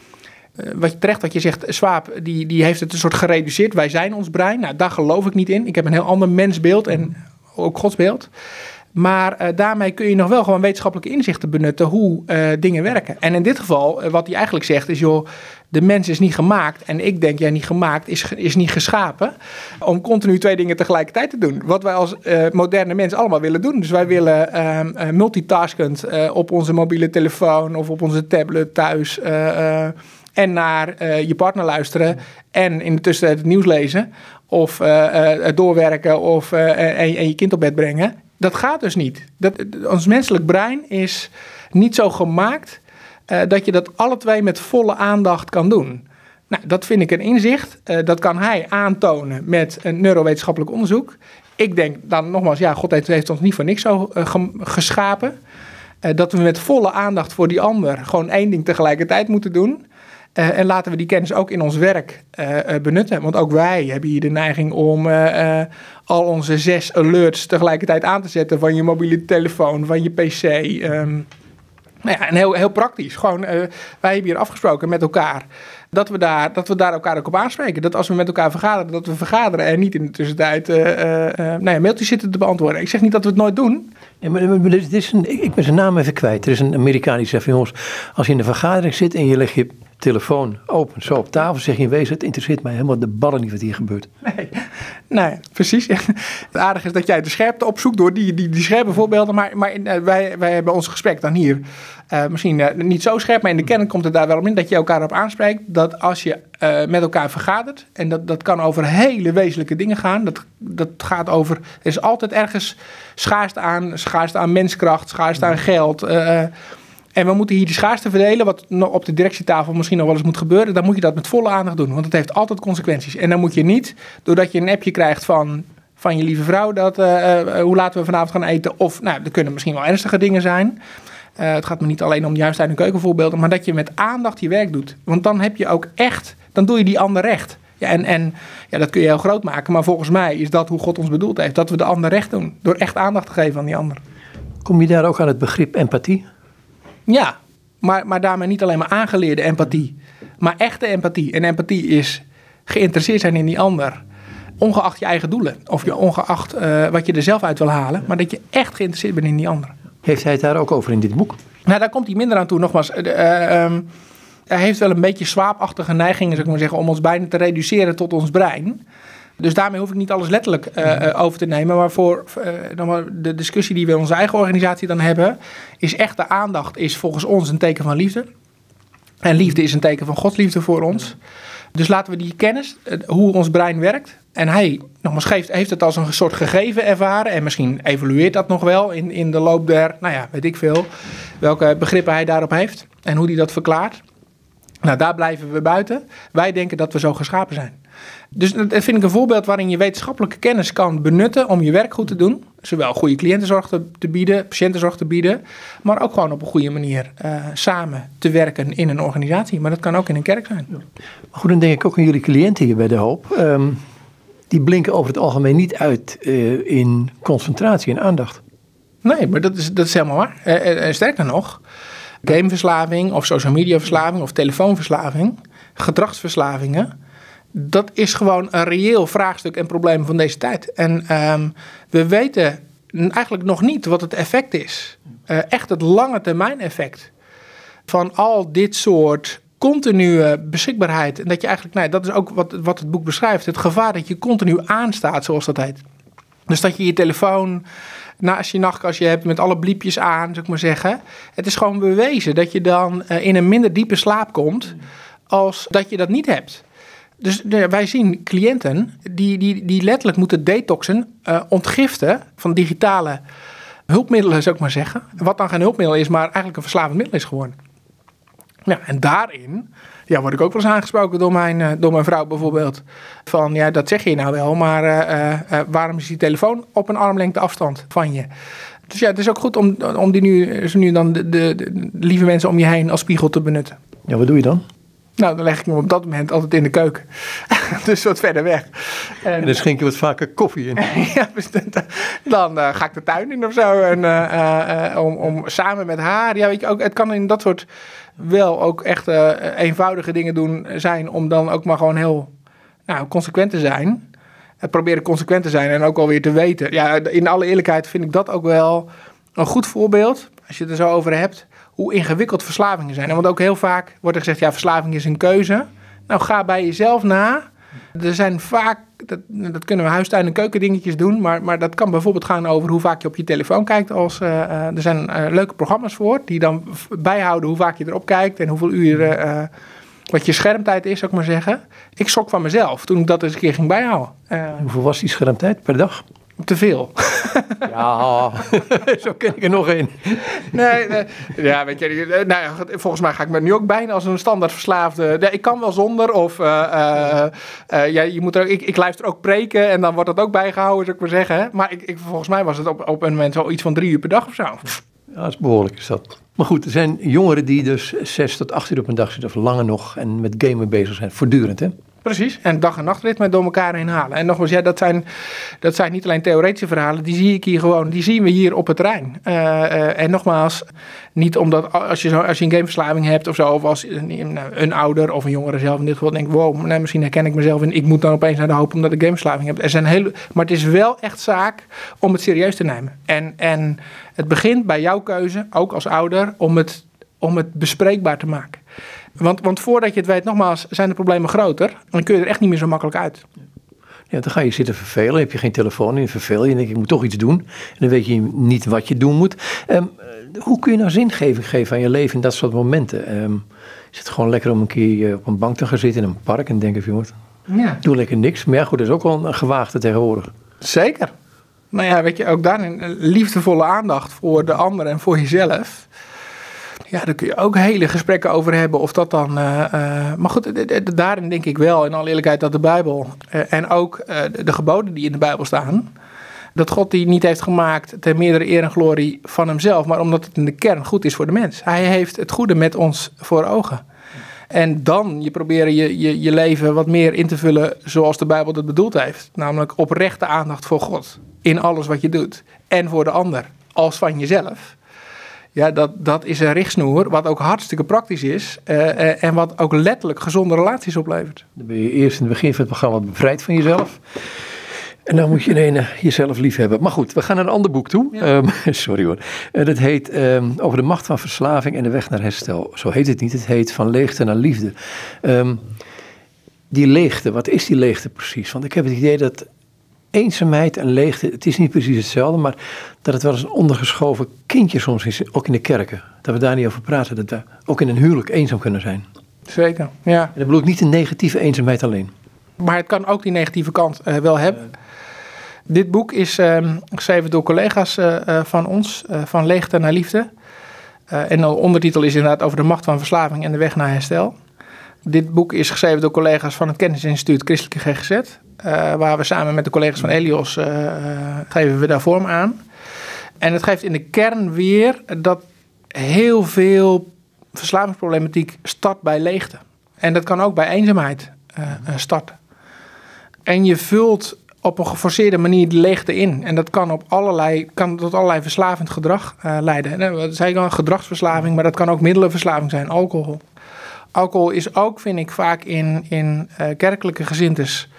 Uh, wat je terecht wat je zegt, Schwab, die, die heeft het een soort gereduceerd. Wij zijn ons brein. Nou, daar geloof ik niet in. Ik heb een heel ander mensbeeld en ook godsbeeld. Maar uh, daarmee kun je nog wel gewoon wetenschappelijke inzichten benutten hoe uh, dingen werken. En in dit geval, uh, wat hij eigenlijk zegt is, joh, de mens is niet gemaakt. En ik denk, ja, niet gemaakt is, is niet geschapen om continu twee dingen tegelijkertijd te doen. Wat wij als uh, moderne mens allemaal willen doen. Dus wij willen uh, uh, multitaskend uh, op onze mobiele telefoon of op onze tablet thuis uh, uh, en naar uh, je partner luisteren en in de tussentijd het nieuws lezen of uh, uh, doorwerken of uh, en, en je kind op bed brengen. Dat gaat dus niet. Dat, ons menselijk brein is niet zo gemaakt uh, dat je dat alle twee met volle aandacht kan doen. Nou, dat vind ik een inzicht. Uh, dat kan hij aantonen met een neurowetenschappelijk onderzoek. Ik denk dan nogmaals, ja, God heeft, heeft ons niet voor niks zo uh, ge, geschapen. Uh, dat we met volle aandacht voor die ander gewoon één ding tegelijkertijd moeten doen. Uh, en laten we die kennis ook in ons werk uh, uh, benutten. Want ook wij hebben hier de neiging om uh, uh, al onze zes alerts tegelijkertijd aan te zetten. Van je mobiele telefoon, van je pc. Um, nou ja, en heel, heel praktisch. Gewoon, uh, wij hebben hier afgesproken met elkaar dat we, daar, dat we daar elkaar ook op aanspreken. Dat als we met elkaar vergaderen, dat we vergaderen en niet in de tussentijd uh, uh, uh, nou ja, mailtjes zitten te beantwoorden. Ik zeg niet dat we het nooit doen. Ja, maar, maar dit is een, ik, ik ben zijn naam even kwijt. Er is een Amerikaan die zegt van, jongens, als je in een vergadering zit en je legt je telefoon open zo op tafel, zeg je in wezen, het interesseert mij helemaal de ballen niet wat hier gebeurt. Nee, Nee, precies. Het aardige is dat jij de scherpte opzoekt door die, die, die scherpe voorbeelden. Maar, maar wij, wij hebben ons gesprek dan hier uh, misschien uh, niet zo scherp. Maar in de kern komt het daar wel om in dat je elkaar op aanspreekt. Dat als je uh, met elkaar vergadert. En dat, dat kan over hele wezenlijke dingen gaan. Dat, dat gaat over, er is altijd ergens schaarste aan. Schaarste aan menskracht, schaarste aan geld. Uh, En we moeten hier die schaarste verdelen, wat op de directietafel misschien nog wel eens moet gebeuren. Dan moet je dat met volle aandacht doen, want het heeft altijd consequenties. En dan moet je niet, doordat je een appje krijgt van, van je lieve vrouw, dat, uh, uh, hoe laten we vanavond gaan eten. Of, nou, er kunnen misschien wel ernstige dingen zijn. Uh, het gaat me niet alleen om juist uit een keukenvoorbeelden, maar dat je met aandacht je werk doet. Want dan heb je ook echt, dan doe je die ander recht. Ja, en, en ja, dat kun je heel groot maken, maar volgens mij is dat hoe God ons bedoeld heeft. Dat we de ander recht doen, door echt aandacht te geven aan die ander. Kom je daar ook aan het begrip empathie? Ja, maar, maar daarmee niet alleen maar aangeleerde empathie, maar echte empathie. En empathie is geïnteresseerd zijn in die ander, ongeacht je eigen doelen. Of je ongeacht uh, wat je er zelf uit wil halen, maar dat je echt geïnteresseerd bent in die ander. Heeft hij het daar ook over in dit boek? Nou, daar komt hij minder aan toe. Nogmaals, uh, uh, um, hij heeft wel een beetje zwaapachtige neigingen, zou ik maar zeggen, om ons bijna te reduceren tot ons brein. Dus daarmee hoef ik niet alles letterlijk uh, uh, over te nemen. Maar voor uh, de discussie die we in onze eigen organisatie dan hebben, is echte aandacht is volgens ons een teken van liefde. En liefde is een teken van Gods liefde voor ons. Dus laten we die kennis, uh, hoe ons brein werkt. En hij, nogmaals, geeft, heeft het als een soort gegeven ervaren. En misschien evolueert dat nog wel in, in de loop der, nou ja, weet ik veel, welke begrippen hij daarop heeft. En hoe hij dat verklaart. Nou, daar blijven we buiten. Wij denken dat we zo geschapen zijn. Dus dat vind ik een voorbeeld waarin je wetenschappelijke kennis kan benutten om je werk goed te doen. Zowel goede cliëntenzorg te, te bieden, patiëntenzorg te bieden, maar ook gewoon op een goede manier uh, samen te werken in een organisatie. Maar dat kan ook in een kerk zijn. Ja. Maar goed, dan denk ik ook aan jullie cliënten hier bij De Hoop. Um, die blinken over het algemeen niet uit uh, in concentratie en aandacht. Nee, maar dat is, dat is helemaal waar. Uh, uh, sterker nog, gameverslaving of social media verslaving of telefoonverslaving, gedragsverslavingen, dat is gewoon een reëel vraagstuk en probleem van deze tijd. En um, we weten eigenlijk nog niet wat het effect is. Uh, echt het lange termijn effect van al dit soort continue beschikbaarheid. En dat je eigenlijk, nou, dat is ook wat, wat het boek beschrijft. Het gevaar dat je continu aanstaat, zoals dat heet. Dus dat je je telefoon naast je nachtkastje hebt met alle bliepjes aan, zou ik maar zeggen. Het is gewoon bewezen dat je dan uh, in een minder diepe slaap komt als dat je dat niet hebt. Dus wij zien cliënten die, die, die letterlijk moeten detoxen, uh, ontgiften van digitale hulpmiddelen, zou ik maar zeggen. Wat dan geen hulpmiddel is, maar eigenlijk een verslavend middel is geworden. Ja, en daarin ja, word ik ook wel eens aangesproken door mijn, uh, door mijn vrouw bijvoorbeeld. Van, ja, dat zeg je nou wel, maar uh, uh, waarom is die telefoon op een armlengte afstand van je? Dus ja, het is ook goed om, om die nu, zo nu dan de, de, de lieve mensen om je heen als spiegel te benutten. Ja, wat doe je dan? Nou, dan leg ik hem op dat moment altijd in de keuken. Dus wat verder weg. En, en dan schenk je wat vaker koffie in. Ja, dan uh, ga ik de tuin in of zo. En, uh, uh, om, om samen met haar. Ja, weet je, ook, het kan in dat soort wel ook echt uh, eenvoudige dingen doen zijn. Om dan ook maar gewoon heel nou, consequent te zijn. Uh, proberen consequent te zijn en ook alweer te weten. Ja, in alle eerlijkheid vind ik dat ook wel een goed voorbeeld. Als je het er zo over hebt. Hoe ingewikkeld verslavingen zijn. En want ook heel vaak wordt er gezegd, ja, verslaving is een keuze. Nou, ga bij jezelf na. Er zijn vaak, dat, dat kunnen we huistuin- en keukendingetjes doen, maar, maar dat kan bijvoorbeeld gaan over hoe vaak je op je telefoon kijkt. Als, uh, uh, er zijn uh, leuke programma's voor, die dan bijhouden hoe vaak je erop kijkt en hoeveel uren, uh, wat je schermtijd is, zou ik maar zeggen. Ik schrok van mezelf toen ik dat eens een keer ging bijhouden. Uh, hoeveel was die schermtijd per dag? Te veel. Ja, zo ken ik er nog één. Nee, nee, ja, weet je, nou ja, volgens mij ga ik me nu ook bijna als een standaard verslaafde. Nee, ik kan wel zonder, of uh, uh, uh, ja, je moet er, ik, ik luister ook preken en dan wordt dat ook bijgehouden, zou ik maar zeggen. Hè? Maar ik, ik, volgens mij was het op, op een moment zo iets van drie uur per dag of zo. Ja, dat is behoorlijk is dat. Maar goed, er zijn jongeren die dus zes tot acht uur op een dag zitten, of langer nog, en met gamen bezig zijn, voortdurend, hè? Precies, en dag- en nachtritme door elkaar heen halen. En nogmaals, ja, dat zijn, dat zijn niet alleen theoretische verhalen, die zie ik hier gewoon, die zien we hier op het terrein. Uh, uh, en nogmaals, niet omdat als je, zo, als je een gameverslaving hebt of zo, of als een, een ouder of een jongere zelf in dit geval denkt, wow, nee, misschien herken ik mezelf in, ik moet dan opeens naar de hoop omdat ik gameverslaving heb. Er zijn hele, maar het is wel echt zaak om het serieus te nemen. En, en het begint bij jouw keuze, ook als ouder, om het, om het bespreekbaar te maken. Want, want voordat je het weet, nogmaals, zijn de problemen groter. Dan kun je er echt niet meer zo makkelijk uit. Ja, dan ga je zitten vervelen, dan heb je geen telefoon en je verveel je en denk ik, ik moet toch iets doen. En dan weet je niet wat je doen moet. Um, hoe kun je nou zingeving geven aan je leven in dat soort momenten? Um, is het gewoon lekker om een keer op een bank te gaan zitten in een park en denken van, jongen, ja. doe lekker niks. Maar ja, goed, dat is ook wel een gewaagde tegenwoordig. Zeker. Nou ja, weet je, ook daarin liefdevolle aandacht voor de ander en voor jezelf. Ja, daar kun je ook hele gesprekken over hebben of dat dan... Uh, uh, maar goed, d- d- daarin denk ik wel in alle eerlijkheid dat de Bijbel... Uh, en ook uh, de geboden die in de Bijbel staan... dat God die niet heeft gemaakt ter meerdere eer en glorie van hemzelf... maar omdat het in de kern goed is voor de mens. Hij heeft het goede met ons voor ogen. En dan je proberen je, je, je leven wat meer in te vullen zoals de Bijbel dat bedoeld heeft. Namelijk oprechte aandacht voor God in alles wat je doet. En voor de ander als van jezelf. Ja, dat, dat is een richtsnoer wat ook hartstikke praktisch is. Uh, en wat ook letterlijk gezonde relaties oplevert. Dan ben je eerst in het begin van het programma bevrijd van jezelf. En dan moet je ineens uh, jezelf lief hebben. Maar goed, we gaan naar een ander boek toe. Ja. Um, sorry hoor. Uh, dat heet um, Over de macht van verslaving en de weg naar herstel. Zo heet het niet. Het heet Van leegte naar liefde. Um, die leegte, wat is die leegte precies? Want ik heb het idee dat eenzaamheid en leegte, het is niet precies hetzelfde, maar dat het wel eens een ondergeschoven kindje soms is, ook in de kerken. Dat we daar niet over praten, dat we ook in een huwelijk eenzaam kunnen zijn. Zeker, ja. En dat bedoel ik niet de negatieve eenzaamheid alleen. Maar het kan ook die negatieve kant uh, wel hebben. Uh, Dit boek is uh, geschreven door collega's uh, uh, van ons, uh, Van leegte naar liefde. Uh, en de ondertitel is inderdaad over de macht van verslaving en de weg naar herstel. Dit boek is geschreven door collega's van het Kennisinstituut Christelijke G G Z. Uh, waar we samen met de collega's van Elios uh, uh, geven we daar vorm aan. En het geeft in de kern weer dat heel veel verslavingsproblematiek start bij leegte. En dat kan ook bij eenzaamheid uh, uh, starten. En je vult op een geforceerde manier de leegte in. En dat kan, op allerlei, kan tot allerlei verslavend gedrag uh, leiden. Dat zei ik al, gedragsverslaving, maar dat kan ook middelenverslaving zijn, alcohol. Alcohol is ook, vind ik, vaak in, in uh, kerkelijke gezintes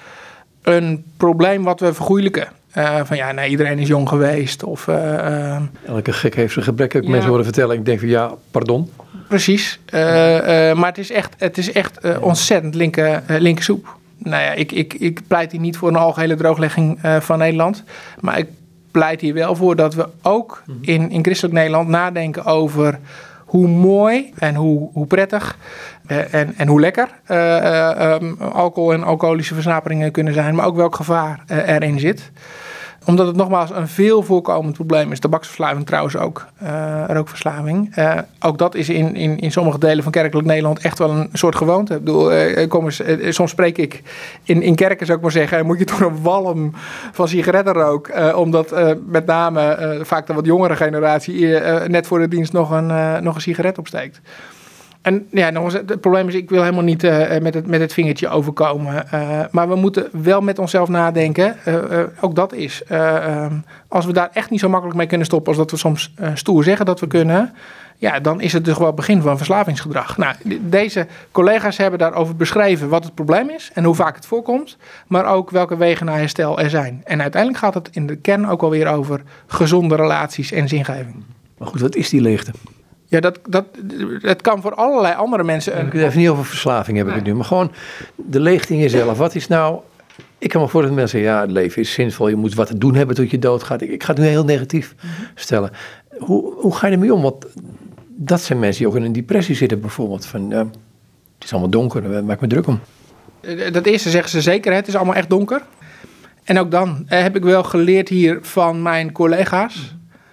een probleem wat we vergoeilijken. Uh, van ja, nee, iedereen is jong geweest. Of, uh, uh, Elke gek heeft zijn gebrek, heb ik ja. mensen horen vertellen. Ik denk van ja, pardon. Precies. Uh, uh, maar het is echt, het is echt uh, ontzettend linker, uh, linker soep. Nou ja, ik, ik, ik pleit hier niet voor een algehele drooglegging uh, van Nederland. Maar ik pleit hier wel voor dat we ook in, in christelijk Nederland nadenken over hoe mooi en hoe, hoe prettig uh, en, en hoe lekker uh, uh, um, alcohol en alcoholische versnaperingen kunnen zijn. Maar ook welk gevaar uh, erin zit. Omdat het nogmaals een veel voorkomend probleem is. Tabaksverslaving trouwens ook. Uh, rookverslaving. Uh, ook dat is in, in, in sommige delen van kerkelijk Nederland echt wel een soort gewoonte. Ik bedoel, uh, kom eens, uh, soms spreek ik in, in kerken, zou ik maar zeggen. Moet je door een walm van sigarettenrook. Uh, omdat uh, met name uh, vaak de wat jongere generatie uh, net voor de dienst nog een, uh, nog een sigaret opsteekt. En ja, nog eens, het probleem is, ik wil helemaal niet uh, met, het, met het vingertje overkomen. Uh, maar we moeten wel met onszelf nadenken. Uh, uh, ook dat is. Uh, um, als we daar echt niet zo makkelijk mee kunnen stoppen als dat we soms uh, stoer zeggen dat we kunnen. Ja, dan is het dus wel het begin van verslavingsgedrag. Nou, deze collega's hebben daarover beschreven wat het probleem is en hoe vaak het voorkomt. Maar ook welke wegen naar herstel er zijn. En uiteindelijk gaat het in de kern ook alweer over gezonde relaties en zingeving. Maar goed, wat is die leegte? Ja, dat, dat, het kan voor allerlei andere mensen. Ik heb het even niet over verslaving hebben we het nu, maar gewoon de leegte in jezelf. Wat is nou, ik kan me voorstellen dat mensen zeggen, ja, het leven is zinvol, je moet wat te doen hebben tot je doodgaat. Ik, ik ga het nu heel negatief mm-hmm. stellen. Hoe, hoe ga je ermee om? Want dat zijn mensen die ook in een depressie zitten bijvoorbeeld. Van, uh, het is allemaal donker, daar maak ik me druk om. Dat eerste zeggen ze zeker, het is allemaal echt donker. En ook dan eh, heb ik wel geleerd hier van mijn collega's,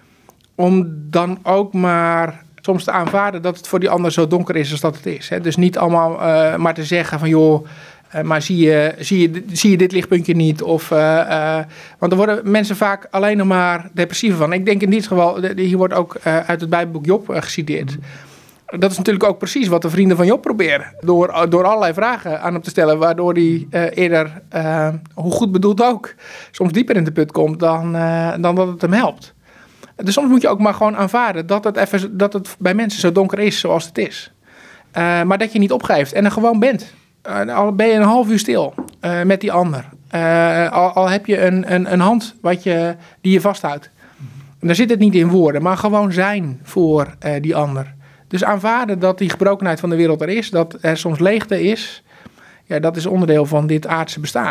om dan ook maar soms te aanvaarden dat het voor die ander zo donker is als dat het is. Hè. Dus niet allemaal uh, maar te zeggen van joh, uh, maar zie je, zie, je, zie je dit lichtpuntje niet? Of, uh, uh, want er worden mensen vaak alleen nog maar depressiever van. Ik denk in dit geval, hier wordt ook uh, uit het Bijbelboek Job uh, geciteerd. Dat is natuurlijk ook precies wat de vrienden van Job proberen. Door, door allerlei vragen aan hem te stellen, waardoor hij uh, eerder, uh, hoe goed bedoeld ook, soms dieper in de put komt dan, uh, dan dat het hem helpt. Dus soms moet je ook maar gewoon aanvaarden dat het, even, dat het bij mensen zo donker is zoals het is. Uh, maar dat je niet opgeeft en er gewoon bent. Uh, al ben je een half uur stil uh, met die ander. Uh, al, al heb je een, een, een hand wat je, die je vasthoudt. En daar zit het niet in woorden, maar gewoon zijn voor uh, die ander. Dus aanvaarden dat die gebrokenheid van de wereld er is. Dat er soms leegte is. Ja, dat is onderdeel van dit aardse bestaan.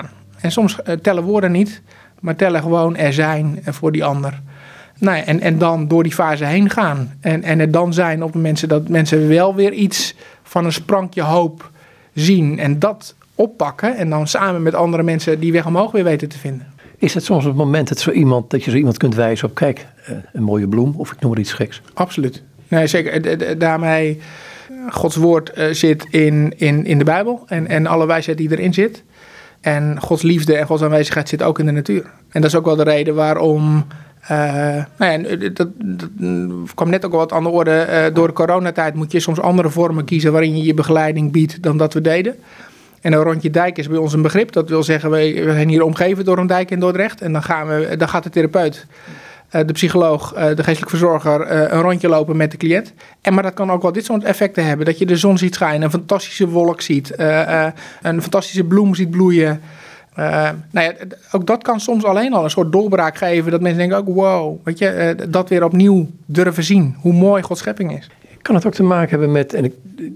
En soms uh, tellen woorden niet, maar tellen gewoon er zijn voor die ander. Nou ja, en, en dan door die fase heen gaan. En, en er dan zijn op de mensen dat mensen wel weer iets van een sprankje hoop zien. En dat oppakken en dan samen met andere mensen die weg omhoog weer weten te vinden. Is het soms het moment dat, zo iemand, dat je zo iemand kunt wijzen op, kijk, een mooie bloem of ik noem maar iets geks? Absoluut. Nee, zeker. Daarmee, Gods woord uh, zit in, in, in de Bijbel en, en alle wijsheid die erin zit. En Gods liefde en Gods aanwezigheid zit ook in de natuur. En dat is ook wel de reden waarom... Uh, nou ja, dat, dat kwam net ook al wat aan de orde. Uh, door de coronatijd moet je soms andere vormen kiezen waarin je je begeleiding biedt dan dat we deden. En een rondje dijk is bij ons een begrip. Dat wil zeggen, we zijn hier omgeven door een dijk in Dordrecht. En dan, gaan we, dan gaat de therapeut, uh, de psycholoog, uh, de geestelijk verzorger uh, een rondje lopen met de cliënt. En maar dat kan ook wel dit soort effecten hebben. Dat je de zon ziet schijnen, een fantastische wolk ziet, uh, uh, een fantastische bloem ziet bloeien. Uh, nou ja, ook dat kan soms alleen al een soort doorbraak geven. Dat mensen denken ook, wow, weet je, uh, dat weer opnieuw durven zien. Hoe mooi Gods schepping is. Kan het ook te maken hebben met, en ik,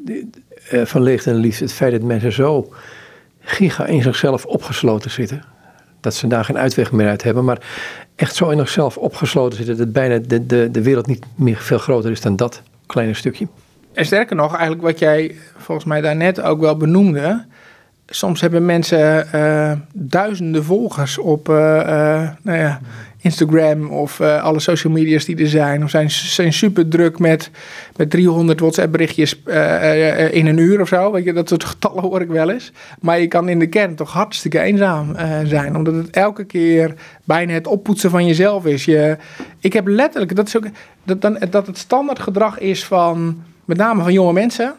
uh, van leegte en liefde, het feit dat mensen zo giga in zichzelf opgesloten zitten. Dat ze daar geen uitweg meer uit hebben. Maar echt zo in zichzelf opgesloten zitten dat bijna de, de, de wereld niet meer veel groter is dan dat kleine stukje. En sterker nog, eigenlijk wat jij volgens mij daarnet ook wel benoemde. Soms hebben mensen uh, duizenden volgers op uh, uh, nou ja, Instagram of uh, alle social media's die er zijn. Of zijn, zijn super druk met, met driehonderd WhatsApp berichtjes uh, uh, in een uur of zo. Weet je, dat soort getallen hoor ik wel eens. Maar je kan in de kern toch hartstikke eenzaam uh, zijn. Omdat het elke keer bijna het oppoetsen van jezelf is. Je, ik heb letterlijk, dat, is ook, dat, dan, dat het standaard gedrag is van met name van jonge mensen.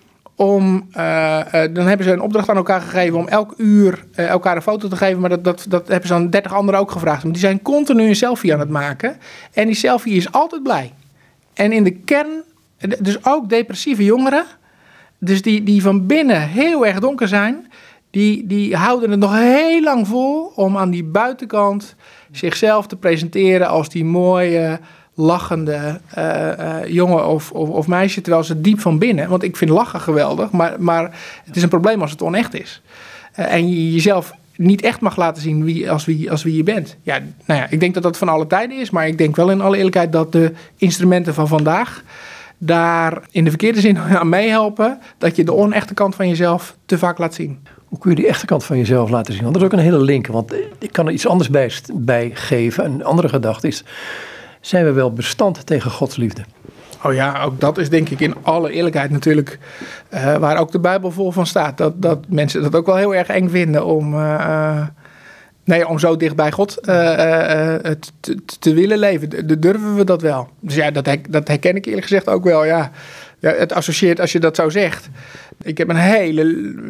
Om, uh, uh, dan hebben ze een opdracht aan elkaar gegeven om elk uur uh, elkaar een foto te geven. Maar dat, dat, dat hebben ze aan dertig anderen ook gevraagd. Maar die zijn continu een selfie aan het maken. En die selfie is altijd blij. En in de kern, dus ook depressieve jongeren. Dus die, die van binnen heel erg donker zijn. Die, die houden het nog heel lang vol om aan die buitenkant zichzelf te presenteren als die mooie... lachende uh, uh, jongen of, of, of meisje, terwijl ze diep van binnen... want ik vind lachen geweldig, maar, maar het is een probleem als het onecht is. Uh, en je jezelf niet echt mag laten zien wie, als, wie, als wie je bent. Ja, nou ja, ik denk dat dat van alle tijden is, maar ik denk wel in alle eerlijkheid dat de instrumenten van vandaag daar in de verkeerde zin aan meehelpen, dat je de onechte kant van jezelf te vaak laat zien. Hoe kun je die echte kant van jezelf laten zien? Want dat is ook een hele link, want ik kan er iets anders bij, bij geven. Een andere gedachte is... zijn we wel bestand tegen Gods liefde? Oh ja, ook dat is denk ik in alle eerlijkheid natuurlijk... Uh, waar ook de Bijbel vol van staat. Dat, dat mensen dat ook wel heel erg eng vinden om... Uh, nee, om zo dicht bij God uh, uh, te, te willen leven. De, durven we dat wel? Dus ja, dat, dat herken ik eerlijk gezegd ook wel, ja. Ja, het associeert als je dat zo zegt. Ik heb een hele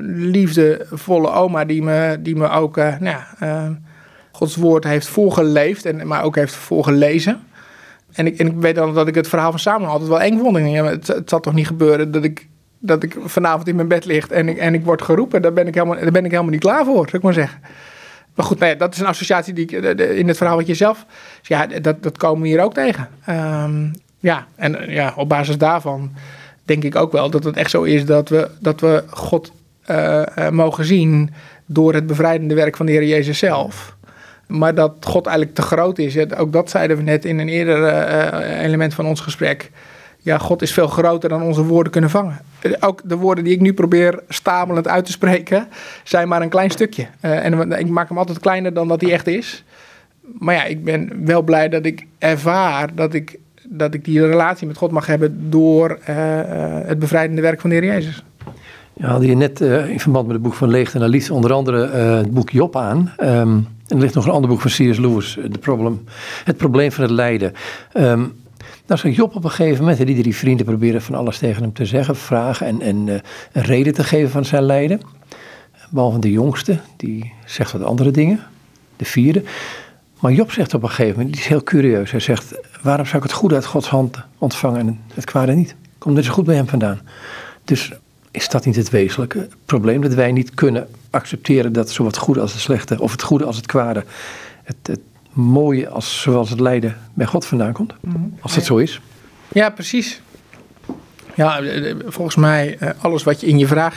liefdevolle oma die me, die me ook... Uh, nou ja, uh, Gods woord heeft voorgeleefd, en, maar ook heeft voorgelezen. En ik, en ik weet dan dat ik het verhaal van Samuel altijd wel eng vond. Ja, het, het zal toch niet gebeuren dat ik, dat ik vanavond in mijn bed lig en ik, en ik word geroepen. Daar ben ik, helemaal, daar ben ik helemaal niet klaar voor, zou ik maar zeggen. Maar goed, nou ja, dat is een associatie die ik in het verhaal wat je zelf... Ja, dat, dat komen we hier ook tegen. Um, ja, en ja, op basis daarvan denk ik ook wel dat het echt zo is dat we, dat we God uh, uh, mogen zien door het bevrijdende werk van de Heer Jezus zelf. Maar dat God eigenlijk te groot is. Ook dat zeiden we net in een eerder uh, element van ons gesprek. Ja, God is veel groter dan onze woorden kunnen vangen. Ook de woorden die ik nu probeer stamelend uit te spreken... zijn maar een klein stukje. Uh, en ik maak hem altijd kleiner dan dat hij echt is. Maar ja, ik ben wel blij dat ik ervaar... dat ik, dat ik die relatie met God mag hebben... door uh, uh, het bevrijdende werk van de Heer Jezus. Ja, hadden je net uh, in verband met het boek van Leegte en Liefde... onder andere uh, het boek Job aan... Um, en er ligt nog een ander boek van C S Lewis, de problem, Het probleem van het lijden. Um, nou zou Job op een gegeven moment, die drie vrienden proberen van alles tegen hem te zeggen, vragen en, en uh, een reden te geven van zijn lijden. Behalve de jongste, die zegt wat andere dingen, de vierde. Maar Job zegt op een gegeven moment, die is heel curieus. Hij zegt, waarom zou ik het goede uit Gods hand ontvangen en het kwade niet? Komt net zo goed bij hem vandaan. Dus is dat niet het wezenlijke probleem? Dat wij niet kunnen accepteren dat zowel het goede als het slechte, of het goede als het kwade, het, het mooie als zoals het lijden bij God vandaan komt? Mm-hmm. Als dat zo is. Ja, precies. Ja, volgens mij alles wat je in je vraag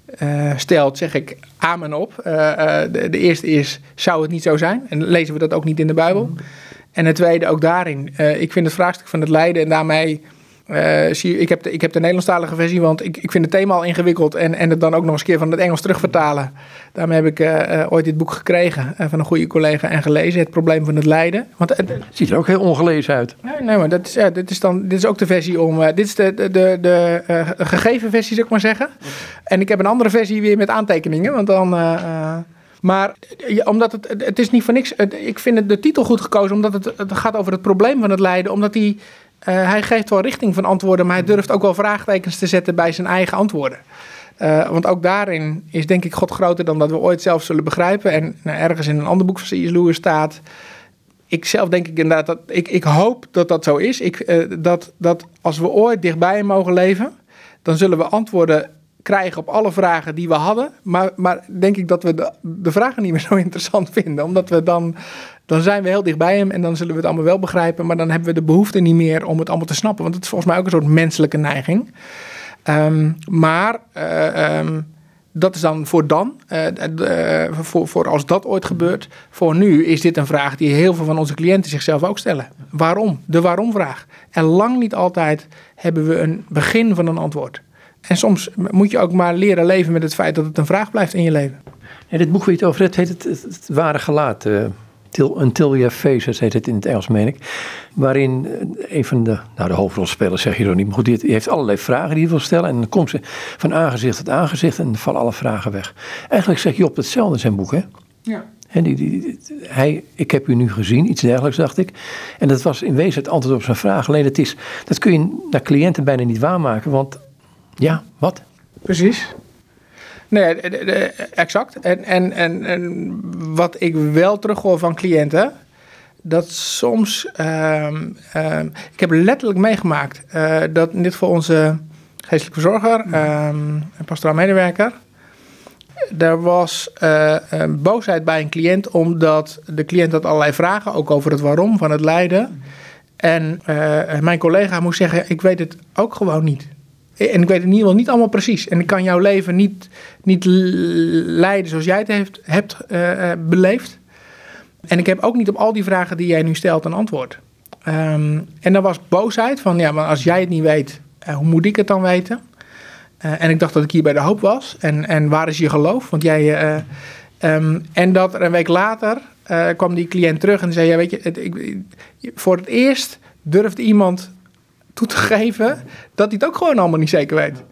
uh, stelt, zeg ik amen op. Uh, uh, de, de eerste is, zou het niet zo zijn? En lezen we dat ook niet in de Bijbel. Mm. En het tweede, ook daarin. Uh, ik vind het vraagstuk van het lijden en daarmee... Uh, zie, ik, heb de, ik heb de Nederlandstalige versie, want ik, ik vind het thema al ingewikkeld. En, en het dan ook nog eens een keer van het Engels terugvertalen. Daarmee heb ik uh, uh, ooit dit boek gekregen uh, van een goede collega en gelezen. Het probleem van het lijden. Want, uh, het ziet er ook heel ongelezen uit. Nee, nee maar dat is, uh, dit, is dan, dit is ook de versie om... Uh, dit is de, de, de, de uh, gegeven versie, zou ik maar zeggen. En ik heb een andere versie weer met aantekeningen. Want dan... Uh, uh, Maar ja, omdat het, het is niet voor niks. Het, ik vind het de titel goed gekozen, omdat het, het gaat over het probleem van het lijden. Omdat hij, uh, hij geeft wel richting van antwoorden, maar hij durft ook wel vraagtekens te zetten bij zijn eigen antwoorden. Uh, want ook daarin is denk ik God groter dan dat we ooit zelf zullen begrijpen. En nou, ergens in een ander boek van C S Lewis staat... Ik zelf denk ik inderdaad dat... Ik, ik hoop dat dat zo is. Ik, uh, dat, dat als we ooit dichtbij hem mogen leven, dan zullen we antwoorden krijgen op alle vragen die we hadden. Maar, maar denk ik dat we de, de vragen niet meer zo interessant vinden. Omdat we dan... Dan zijn we heel dicht bij hem en dan zullen we het allemaal wel begrijpen. Maar dan hebben we de behoefte niet meer om het allemaal te snappen. Want het is volgens mij ook een soort menselijke neiging. Um, maar uh, um, dat is dan voor dan. Uh, uh, voor, voor als dat ooit gebeurt. Voor nu is dit een vraag die heel veel van onze cliënten zichzelf ook stellen. Waarom? De waarom-vraag. En lang niet altijd hebben we een begin van een antwoord. En soms moet je ook maar leren leven met het feit dat het een vraag blijft in je leven. Ja, dit boek waar je het over hebt, heet het, het, het ware gelaat. Uh, Until You Have Faces heet het in het Engels, meen ik. Waarin een van de, nou de hoofdrolspelers zeg je zo niet, maar goed, die, die heeft allerlei vragen die hij wil stellen. En dan komt ze van aangezicht tot aangezicht en dan vallen alle vragen weg. Eigenlijk zeg je op hetzelfde in zijn boek, hè? Ja. He, die, die, die, hij, ik heb u nu gezien, iets dergelijks dacht ik. En dat was in wezen het antwoord op zijn vraag. Alleen dat, is, dat kun je naar cliënten bijna niet waarmaken, want ja, wat? Precies. Nee, de, de, de, exact. En, en, en, en wat ik wel terughoor van cliënten, dat soms... Um, um, ik heb letterlijk meegemaakt uh, dat in dit geval onze geestelijke verzorger, um, een pastoraal medewerker, er was uh, een boosheid bij een cliënt, omdat de cliënt had allerlei vragen, ook over het waarom van het lijden. En uh, mijn collega moest zeggen, ik weet het ook gewoon niet. En ik weet het in ieder geval niet allemaal precies. En ik kan jouw leven niet, niet leiden zoals jij het heeft, hebt uh, beleefd. En ik heb ook niet op al die vragen die jij nu stelt een antwoord. Um, en dan was boosheid van, ja, maar als jij het niet weet, uh, hoe moet ik het dan weten? Uh, en ik dacht dat ik hier bij de hoop was. En, en waar is je geloof? Want jij... Uh, um, en dat er een week later uh, kwam die cliënt terug en zei, ja, weet je, het, ik, voor het eerst durfde iemand toe te geven dat hij het ook gewoon allemaal niet zeker weet.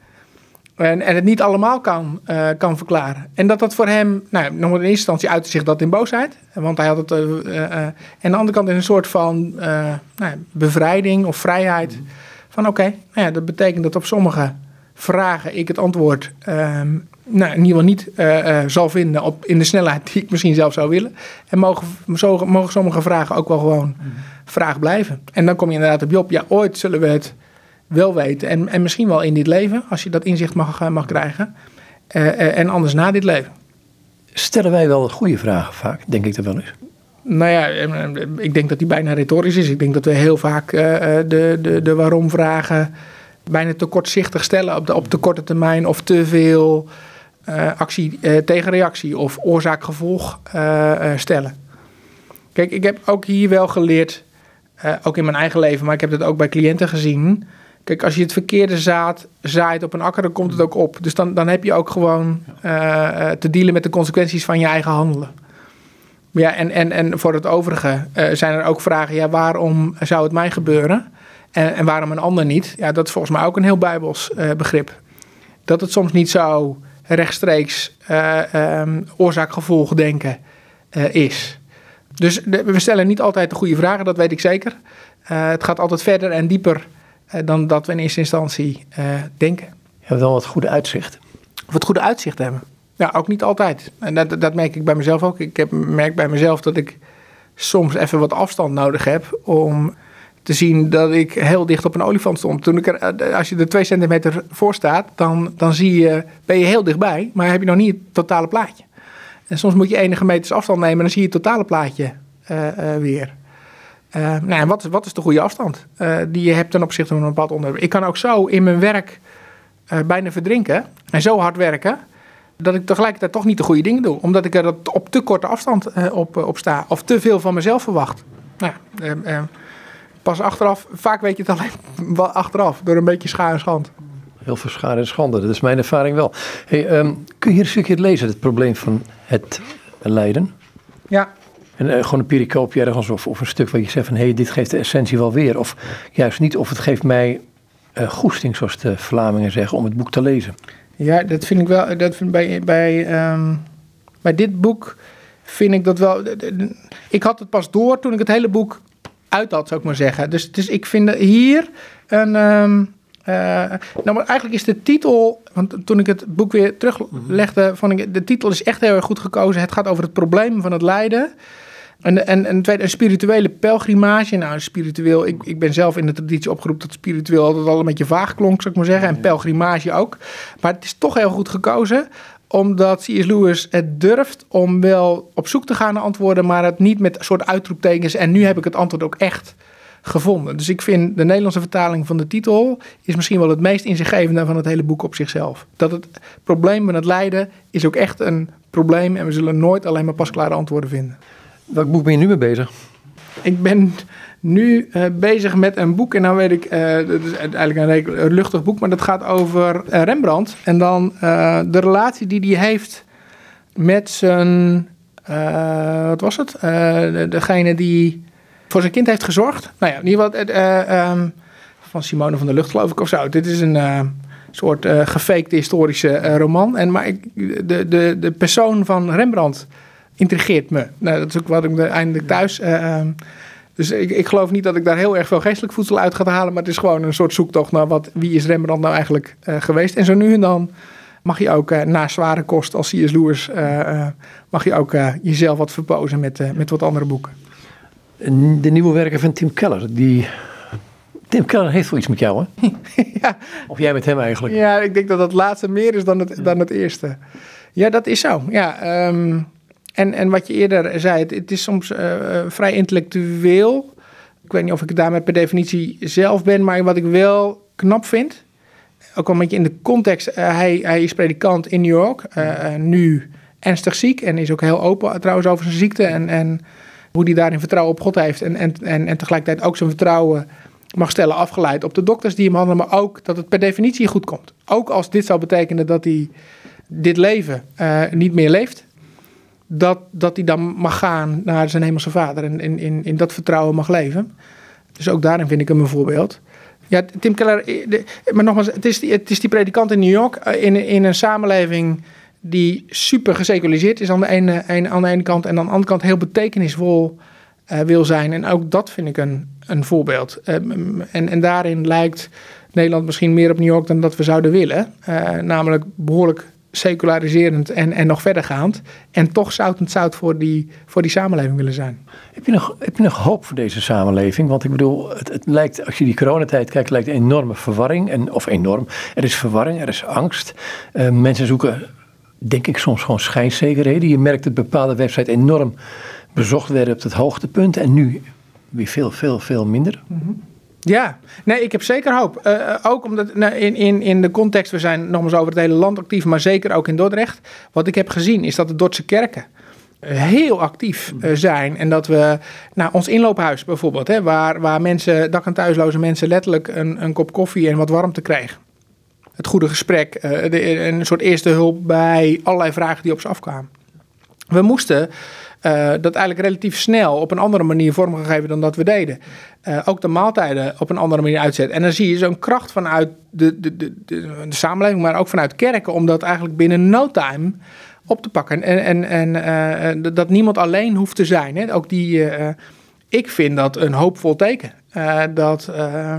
En, en het niet allemaal kan, uh, kan verklaren. En dat dat voor hem, nou, nog in eerste instantie uitte zich dat in boosheid. Want hij had het, uh, uh, uh, en aan de andere kant in een soort van uh, nou, bevrijding of vrijheid. Mm. Van oké, okay, nou ja, dat betekent dat op sommige vragen ik het antwoord um, nou, in ieder geval niet uh, uh, zal vinden op, in de snelheid die ik misschien zelf zou willen. En mogen, zo, mogen sommige vragen ook wel gewoon mm. vraag blijven. En dan kom je inderdaad op Job, ja, ooit zullen we het wel weten. En, en misschien wel in dit leven, als je dat inzicht mag, mag krijgen. Uh, uh, en anders na dit leven. Stellen wij wel goede vragen vaak, denk ik er wel eens? Nou ja, ik denk dat die bijna retorisch is. Ik denk dat we heel vaak uh, de, de, de waarom-vragen bijna te kortzichtig stellen op de, op de korte termijn. Of te veel uh, actie uh, tegen reactie of oorzaak-gevolg uh, uh, stellen. Kijk, ik heb ook hier wel geleerd, uh, ook in mijn eigen leven, maar ik heb dat ook bij cliënten gezien. Kijk, als je het verkeerde zaad zaait op een akker, dan komt het ook op. Dus dan, dan heb je ook gewoon uh, te dealen met de consequenties van je eigen handelen. Ja, en, en, en voor het overige uh, zijn er ook vragen, ja, waarom zou het mij gebeuren? En, en waarom een ander niet? Ja, dat is volgens mij ook een heel bijbels uh, begrip. Dat het soms niet zo rechtstreeks uh, um, oorzaak-gevolg denken uh, is. Dus de, we stellen niet altijd de goede vragen, dat weet ik zeker. Uh, het gaat altijd verder en dieper uh, dan dat we in eerste instantie uh, denken. Je hebt wel wat goede uitzicht. Of het goede uitzicht hebben. Ja, ook niet altijd. En dat, dat merk ik bij mezelf ook. Ik heb, merk bij mezelf dat ik soms even wat afstand nodig heb om te zien dat ik heel dicht op een olifant stond. Toen ik er, als je er twee centimeter voor staat, dan, dan zie je, ben je heel dichtbij, maar heb je nog niet het totale plaatje. En soms moet je enige meters afstand nemen en dan zie je het totale plaatje uh, uh, weer. Uh, nou, en wat, wat is de goede afstand uh, die je hebt ten opzichte van een bepaald onderwerp? Ik kan ook zo in mijn werk uh, bijna verdrinken en zo hard werken dat ik tegelijkertijd toch niet de goede dingen doe. Omdat ik er op te korte afstand uh, op, uh, op sta. Of te veel van mezelf verwacht. Nou ja, uh, uh, pas achteraf, vaak weet je het alleen achteraf. Door een beetje schaar en schand. Heel veel schade en schande, dat is mijn ervaring wel. Hey, um, kun je hier een stukje lezen, het probleem van het lijden? Ja. En uh, gewoon een pericoopje ergens of, of een stuk waar je zegt van... hé, hey, dit geeft de essentie wel weer. Of juist niet, of het geeft mij uh, goesting, zoals de Vlamingen zeggen, om het boek te lezen. Ja, dat vind ik wel... Dat vind bij, bij, um, bij dit boek vind ik dat wel... Ik had het pas door toen ik het hele boek uit had, zou ik maar zeggen. Dus, dus ik vind hier een... Um, Uh, nou, maar eigenlijk is de titel, want toen ik het boek weer teruglegde, vond ik, de titel is echt heel erg goed gekozen. Het gaat over het probleem van het lijden. En, en, en tweede, een spirituele pelgrimage. Nou, spiritueel, ik, ik ben zelf in de traditie opgeroepen dat spiritueel altijd al een beetje vaag klonk, zou ik maar zeggen. En pelgrimage ook. Maar het is toch heel goed gekozen, omdat C S. Lewis het durft om wel op zoek te gaan naar antwoorden, maar het niet met een soort uitroeptekens. En nu heb ik het antwoord ook echt gevonden. Dus ik vind de Nederlandse vertaling van de titel is misschien wel het meest inzichtgevende van het hele boek op zichzelf. Dat het probleem van het lijden is ook echt een probleem en we zullen nooit alleen maar pasklare antwoorden vinden. Welk boek ben je nu mee bezig? Ik ben nu uh, bezig met een boek en dan weet ik, uh, dat is eigenlijk een, een luchtig boek, maar dat gaat over uh, Rembrandt en dan uh, de relatie die hij heeft met zijn, uh, wat was het? Uh, de, degene die voor zijn kind heeft gezorgd. Nou ja, in ieder geval uh, um, van Simone van der Lucht, geloof ik, of zo. Dit is een uh, soort uh, gefakte historische uh, roman. En, maar ik, de, de, de persoon van Rembrandt intrigeert me. Nou, dat is ook wat ik eindelijk thuis... Uh, um, dus ik, ik geloof niet dat ik daar heel erg veel geestelijk voedsel uit ga halen. Maar het is gewoon een soort zoektocht naar wat, wie is Rembrandt nou eigenlijk uh, geweest. En zo nu en dan mag je ook uh, na zware kost als C S. Lewis... Uh, uh, mag je ook uh, jezelf wat verpozen met, uh, met wat andere boeken. De nieuwe werken van Tim Keller. Die... Tim Keller heeft wel iets met jou, hè? Ja. Of jij met hem eigenlijk? Ja, ik denk dat het laatste meer is dan het, ja. dan het eerste. Ja, dat is zo. Ja, um, en, en wat je eerder zei, het, het is soms uh, vrij intellectueel. Ik weet niet of ik het daarmee per definitie zelf ben, maar wat ik wel knap vind, ook al een beetje in de context, uh, hij, hij is predikant in New York, uh, uh, nu ernstig ziek en is ook heel open trouwens over zijn ziekte en... en hoe hij daarin vertrouwen op God heeft en, en, en, en tegelijkertijd ook zijn vertrouwen mag stellen afgeleid op de dokters die hem hadden, maar ook dat het per definitie goed komt. Ook als dit zou betekenen dat hij dit leven uh, niet meer leeft, dat, dat hij dan mag gaan naar zijn hemelse vader en in, in, in dat vertrouwen mag leven. Dus ook daarin vind ik hem een voorbeeld. Ja, Tim Keller, de, maar nogmaals, het is, die, het is die predikant in New York uh, in, in een samenleving die super geseculariseerd is aan de, ene, een, aan de ene kant en aan de andere kant heel betekenisvol uh, wil zijn. En ook dat vind ik een, een voorbeeld. Uh, en, en daarin lijkt Nederland misschien meer op New York dan dat we zouden willen. Uh, namelijk behoorlijk seculariserend en, en nog verdergaand. En toch zoutend zout voor die, voor die samenleving willen zijn. Heb je, nog, heb je nog hoop voor deze samenleving? Want ik bedoel, het, het lijkt, als je die coronatijd kijkt, lijkt een enorme verwarring. En, of enorm. Er is verwarring, er is angst. Uh, mensen zoeken, denk ik, soms gewoon schijnzekerheden. Je merkt dat bepaalde websites enorm bezocht werden op het hoogtepunt. En nu weer veel, veel, veel minder. Mm-hmm. Ja, nee, ik heb zeker hoop. Uh, ook omdat nou, in, in, in de context, we zijn nogmaals over het hele land actief, maar zeker ook in Dordrecht. Wat ik heb gezien is dat de Dordtse kerken heel actief uh, zijn. En dat we, nou, ons inloophuis bijvoorbeeld, hè, waar, waar mensen, dak- en thuisloze mensen letterlijk een, een kop koffie en wat warmte kregen. Het goede gesprek, uh, de, een soort eerste hulp bij allerlei vragen die op ze afkwamen. We moesten Uh, dat eigenlijk relatief snel op een andere manier vormgegeven dan dat we deden. Uh, ook de maaltijden op een andere manier uitzetten. En dan zie je zo'n kracht vanuit de, de, de, de, de samenleving, maar ook vanuit kerken, om dat eigenlijk binnen no time op te pakken. En, en, en uh, dat niemand alleen hoeft te zijn. Hè. Ook die, uh, ik vind dat een hoopvol teken. Uh, dat, uh,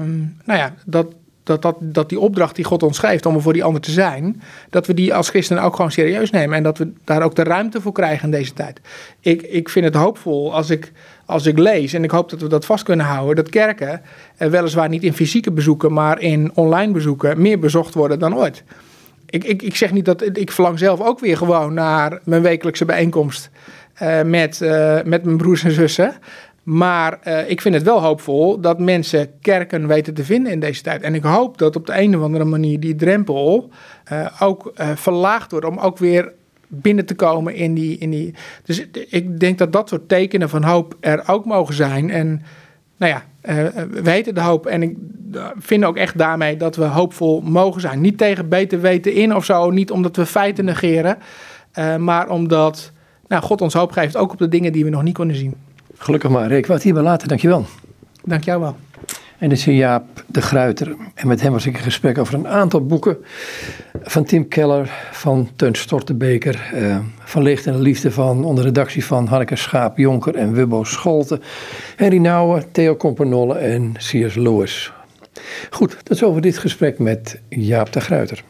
nou ja, dat, Dat, dat, dat die opdracht die God ons geeft om er voor die ander te zijn, dat we die als christenen ook gewoon serieus nemen. En dat we daar ook de ruimte voor krijgen in deze tijd. Ik, ik vind het hoopvol als ik, als ik lees, en ik hoop dat we dat vast kunnen houden, dat kerken, eh, weliswaar niet in fysieke bezoeken, maar in online bezoeken, meer bezocht worden dan ooit. Ik, ik, ik zeg niet dat, ik verlang zelf ook weer gewoon naar mijn wekelijkse bijeenkomst uh, met, uh, met mijn broers en zussen. Maar uh, ik vind het wel hoopvol dat mensen kerken weten te vinden in deze tijd. En ik hoop dat op de een of andere manier die drempel uh, ook uh, verlaagd wordt om ook weer binnen te komen in die, in die... Dus ik denk dat dat soort tekenen van hoop er ook mogen zijn. En nou ja, uh, we heten de hoop. En ik vind ook echt daarmee dat we hoopvol mogen zijn. Niet tegen beter weten in of zo. Niet omdat we feiten negeren. Uh, maar omdat nou, God ons hoop geeft. Ook op de dingen die we nog niet konden zien. Gelukkig maar. Rick, wat hierbij later. Dankjewel. Dank jou wel. En dit is Jaap de Gruyter. En met hem was ik in gesprek over een aantal boeken. Van Tim Keller, van Teun Stortebeker. Uh, van Licht en de Liefde van, onder redactie van Hanneke Schaap-Jonker en Wubbo Scholte. Henry Nouwen, Theo Compernolle en C S Lewis. Goed, dat is over dit gesprek met Jaap de Gruyter.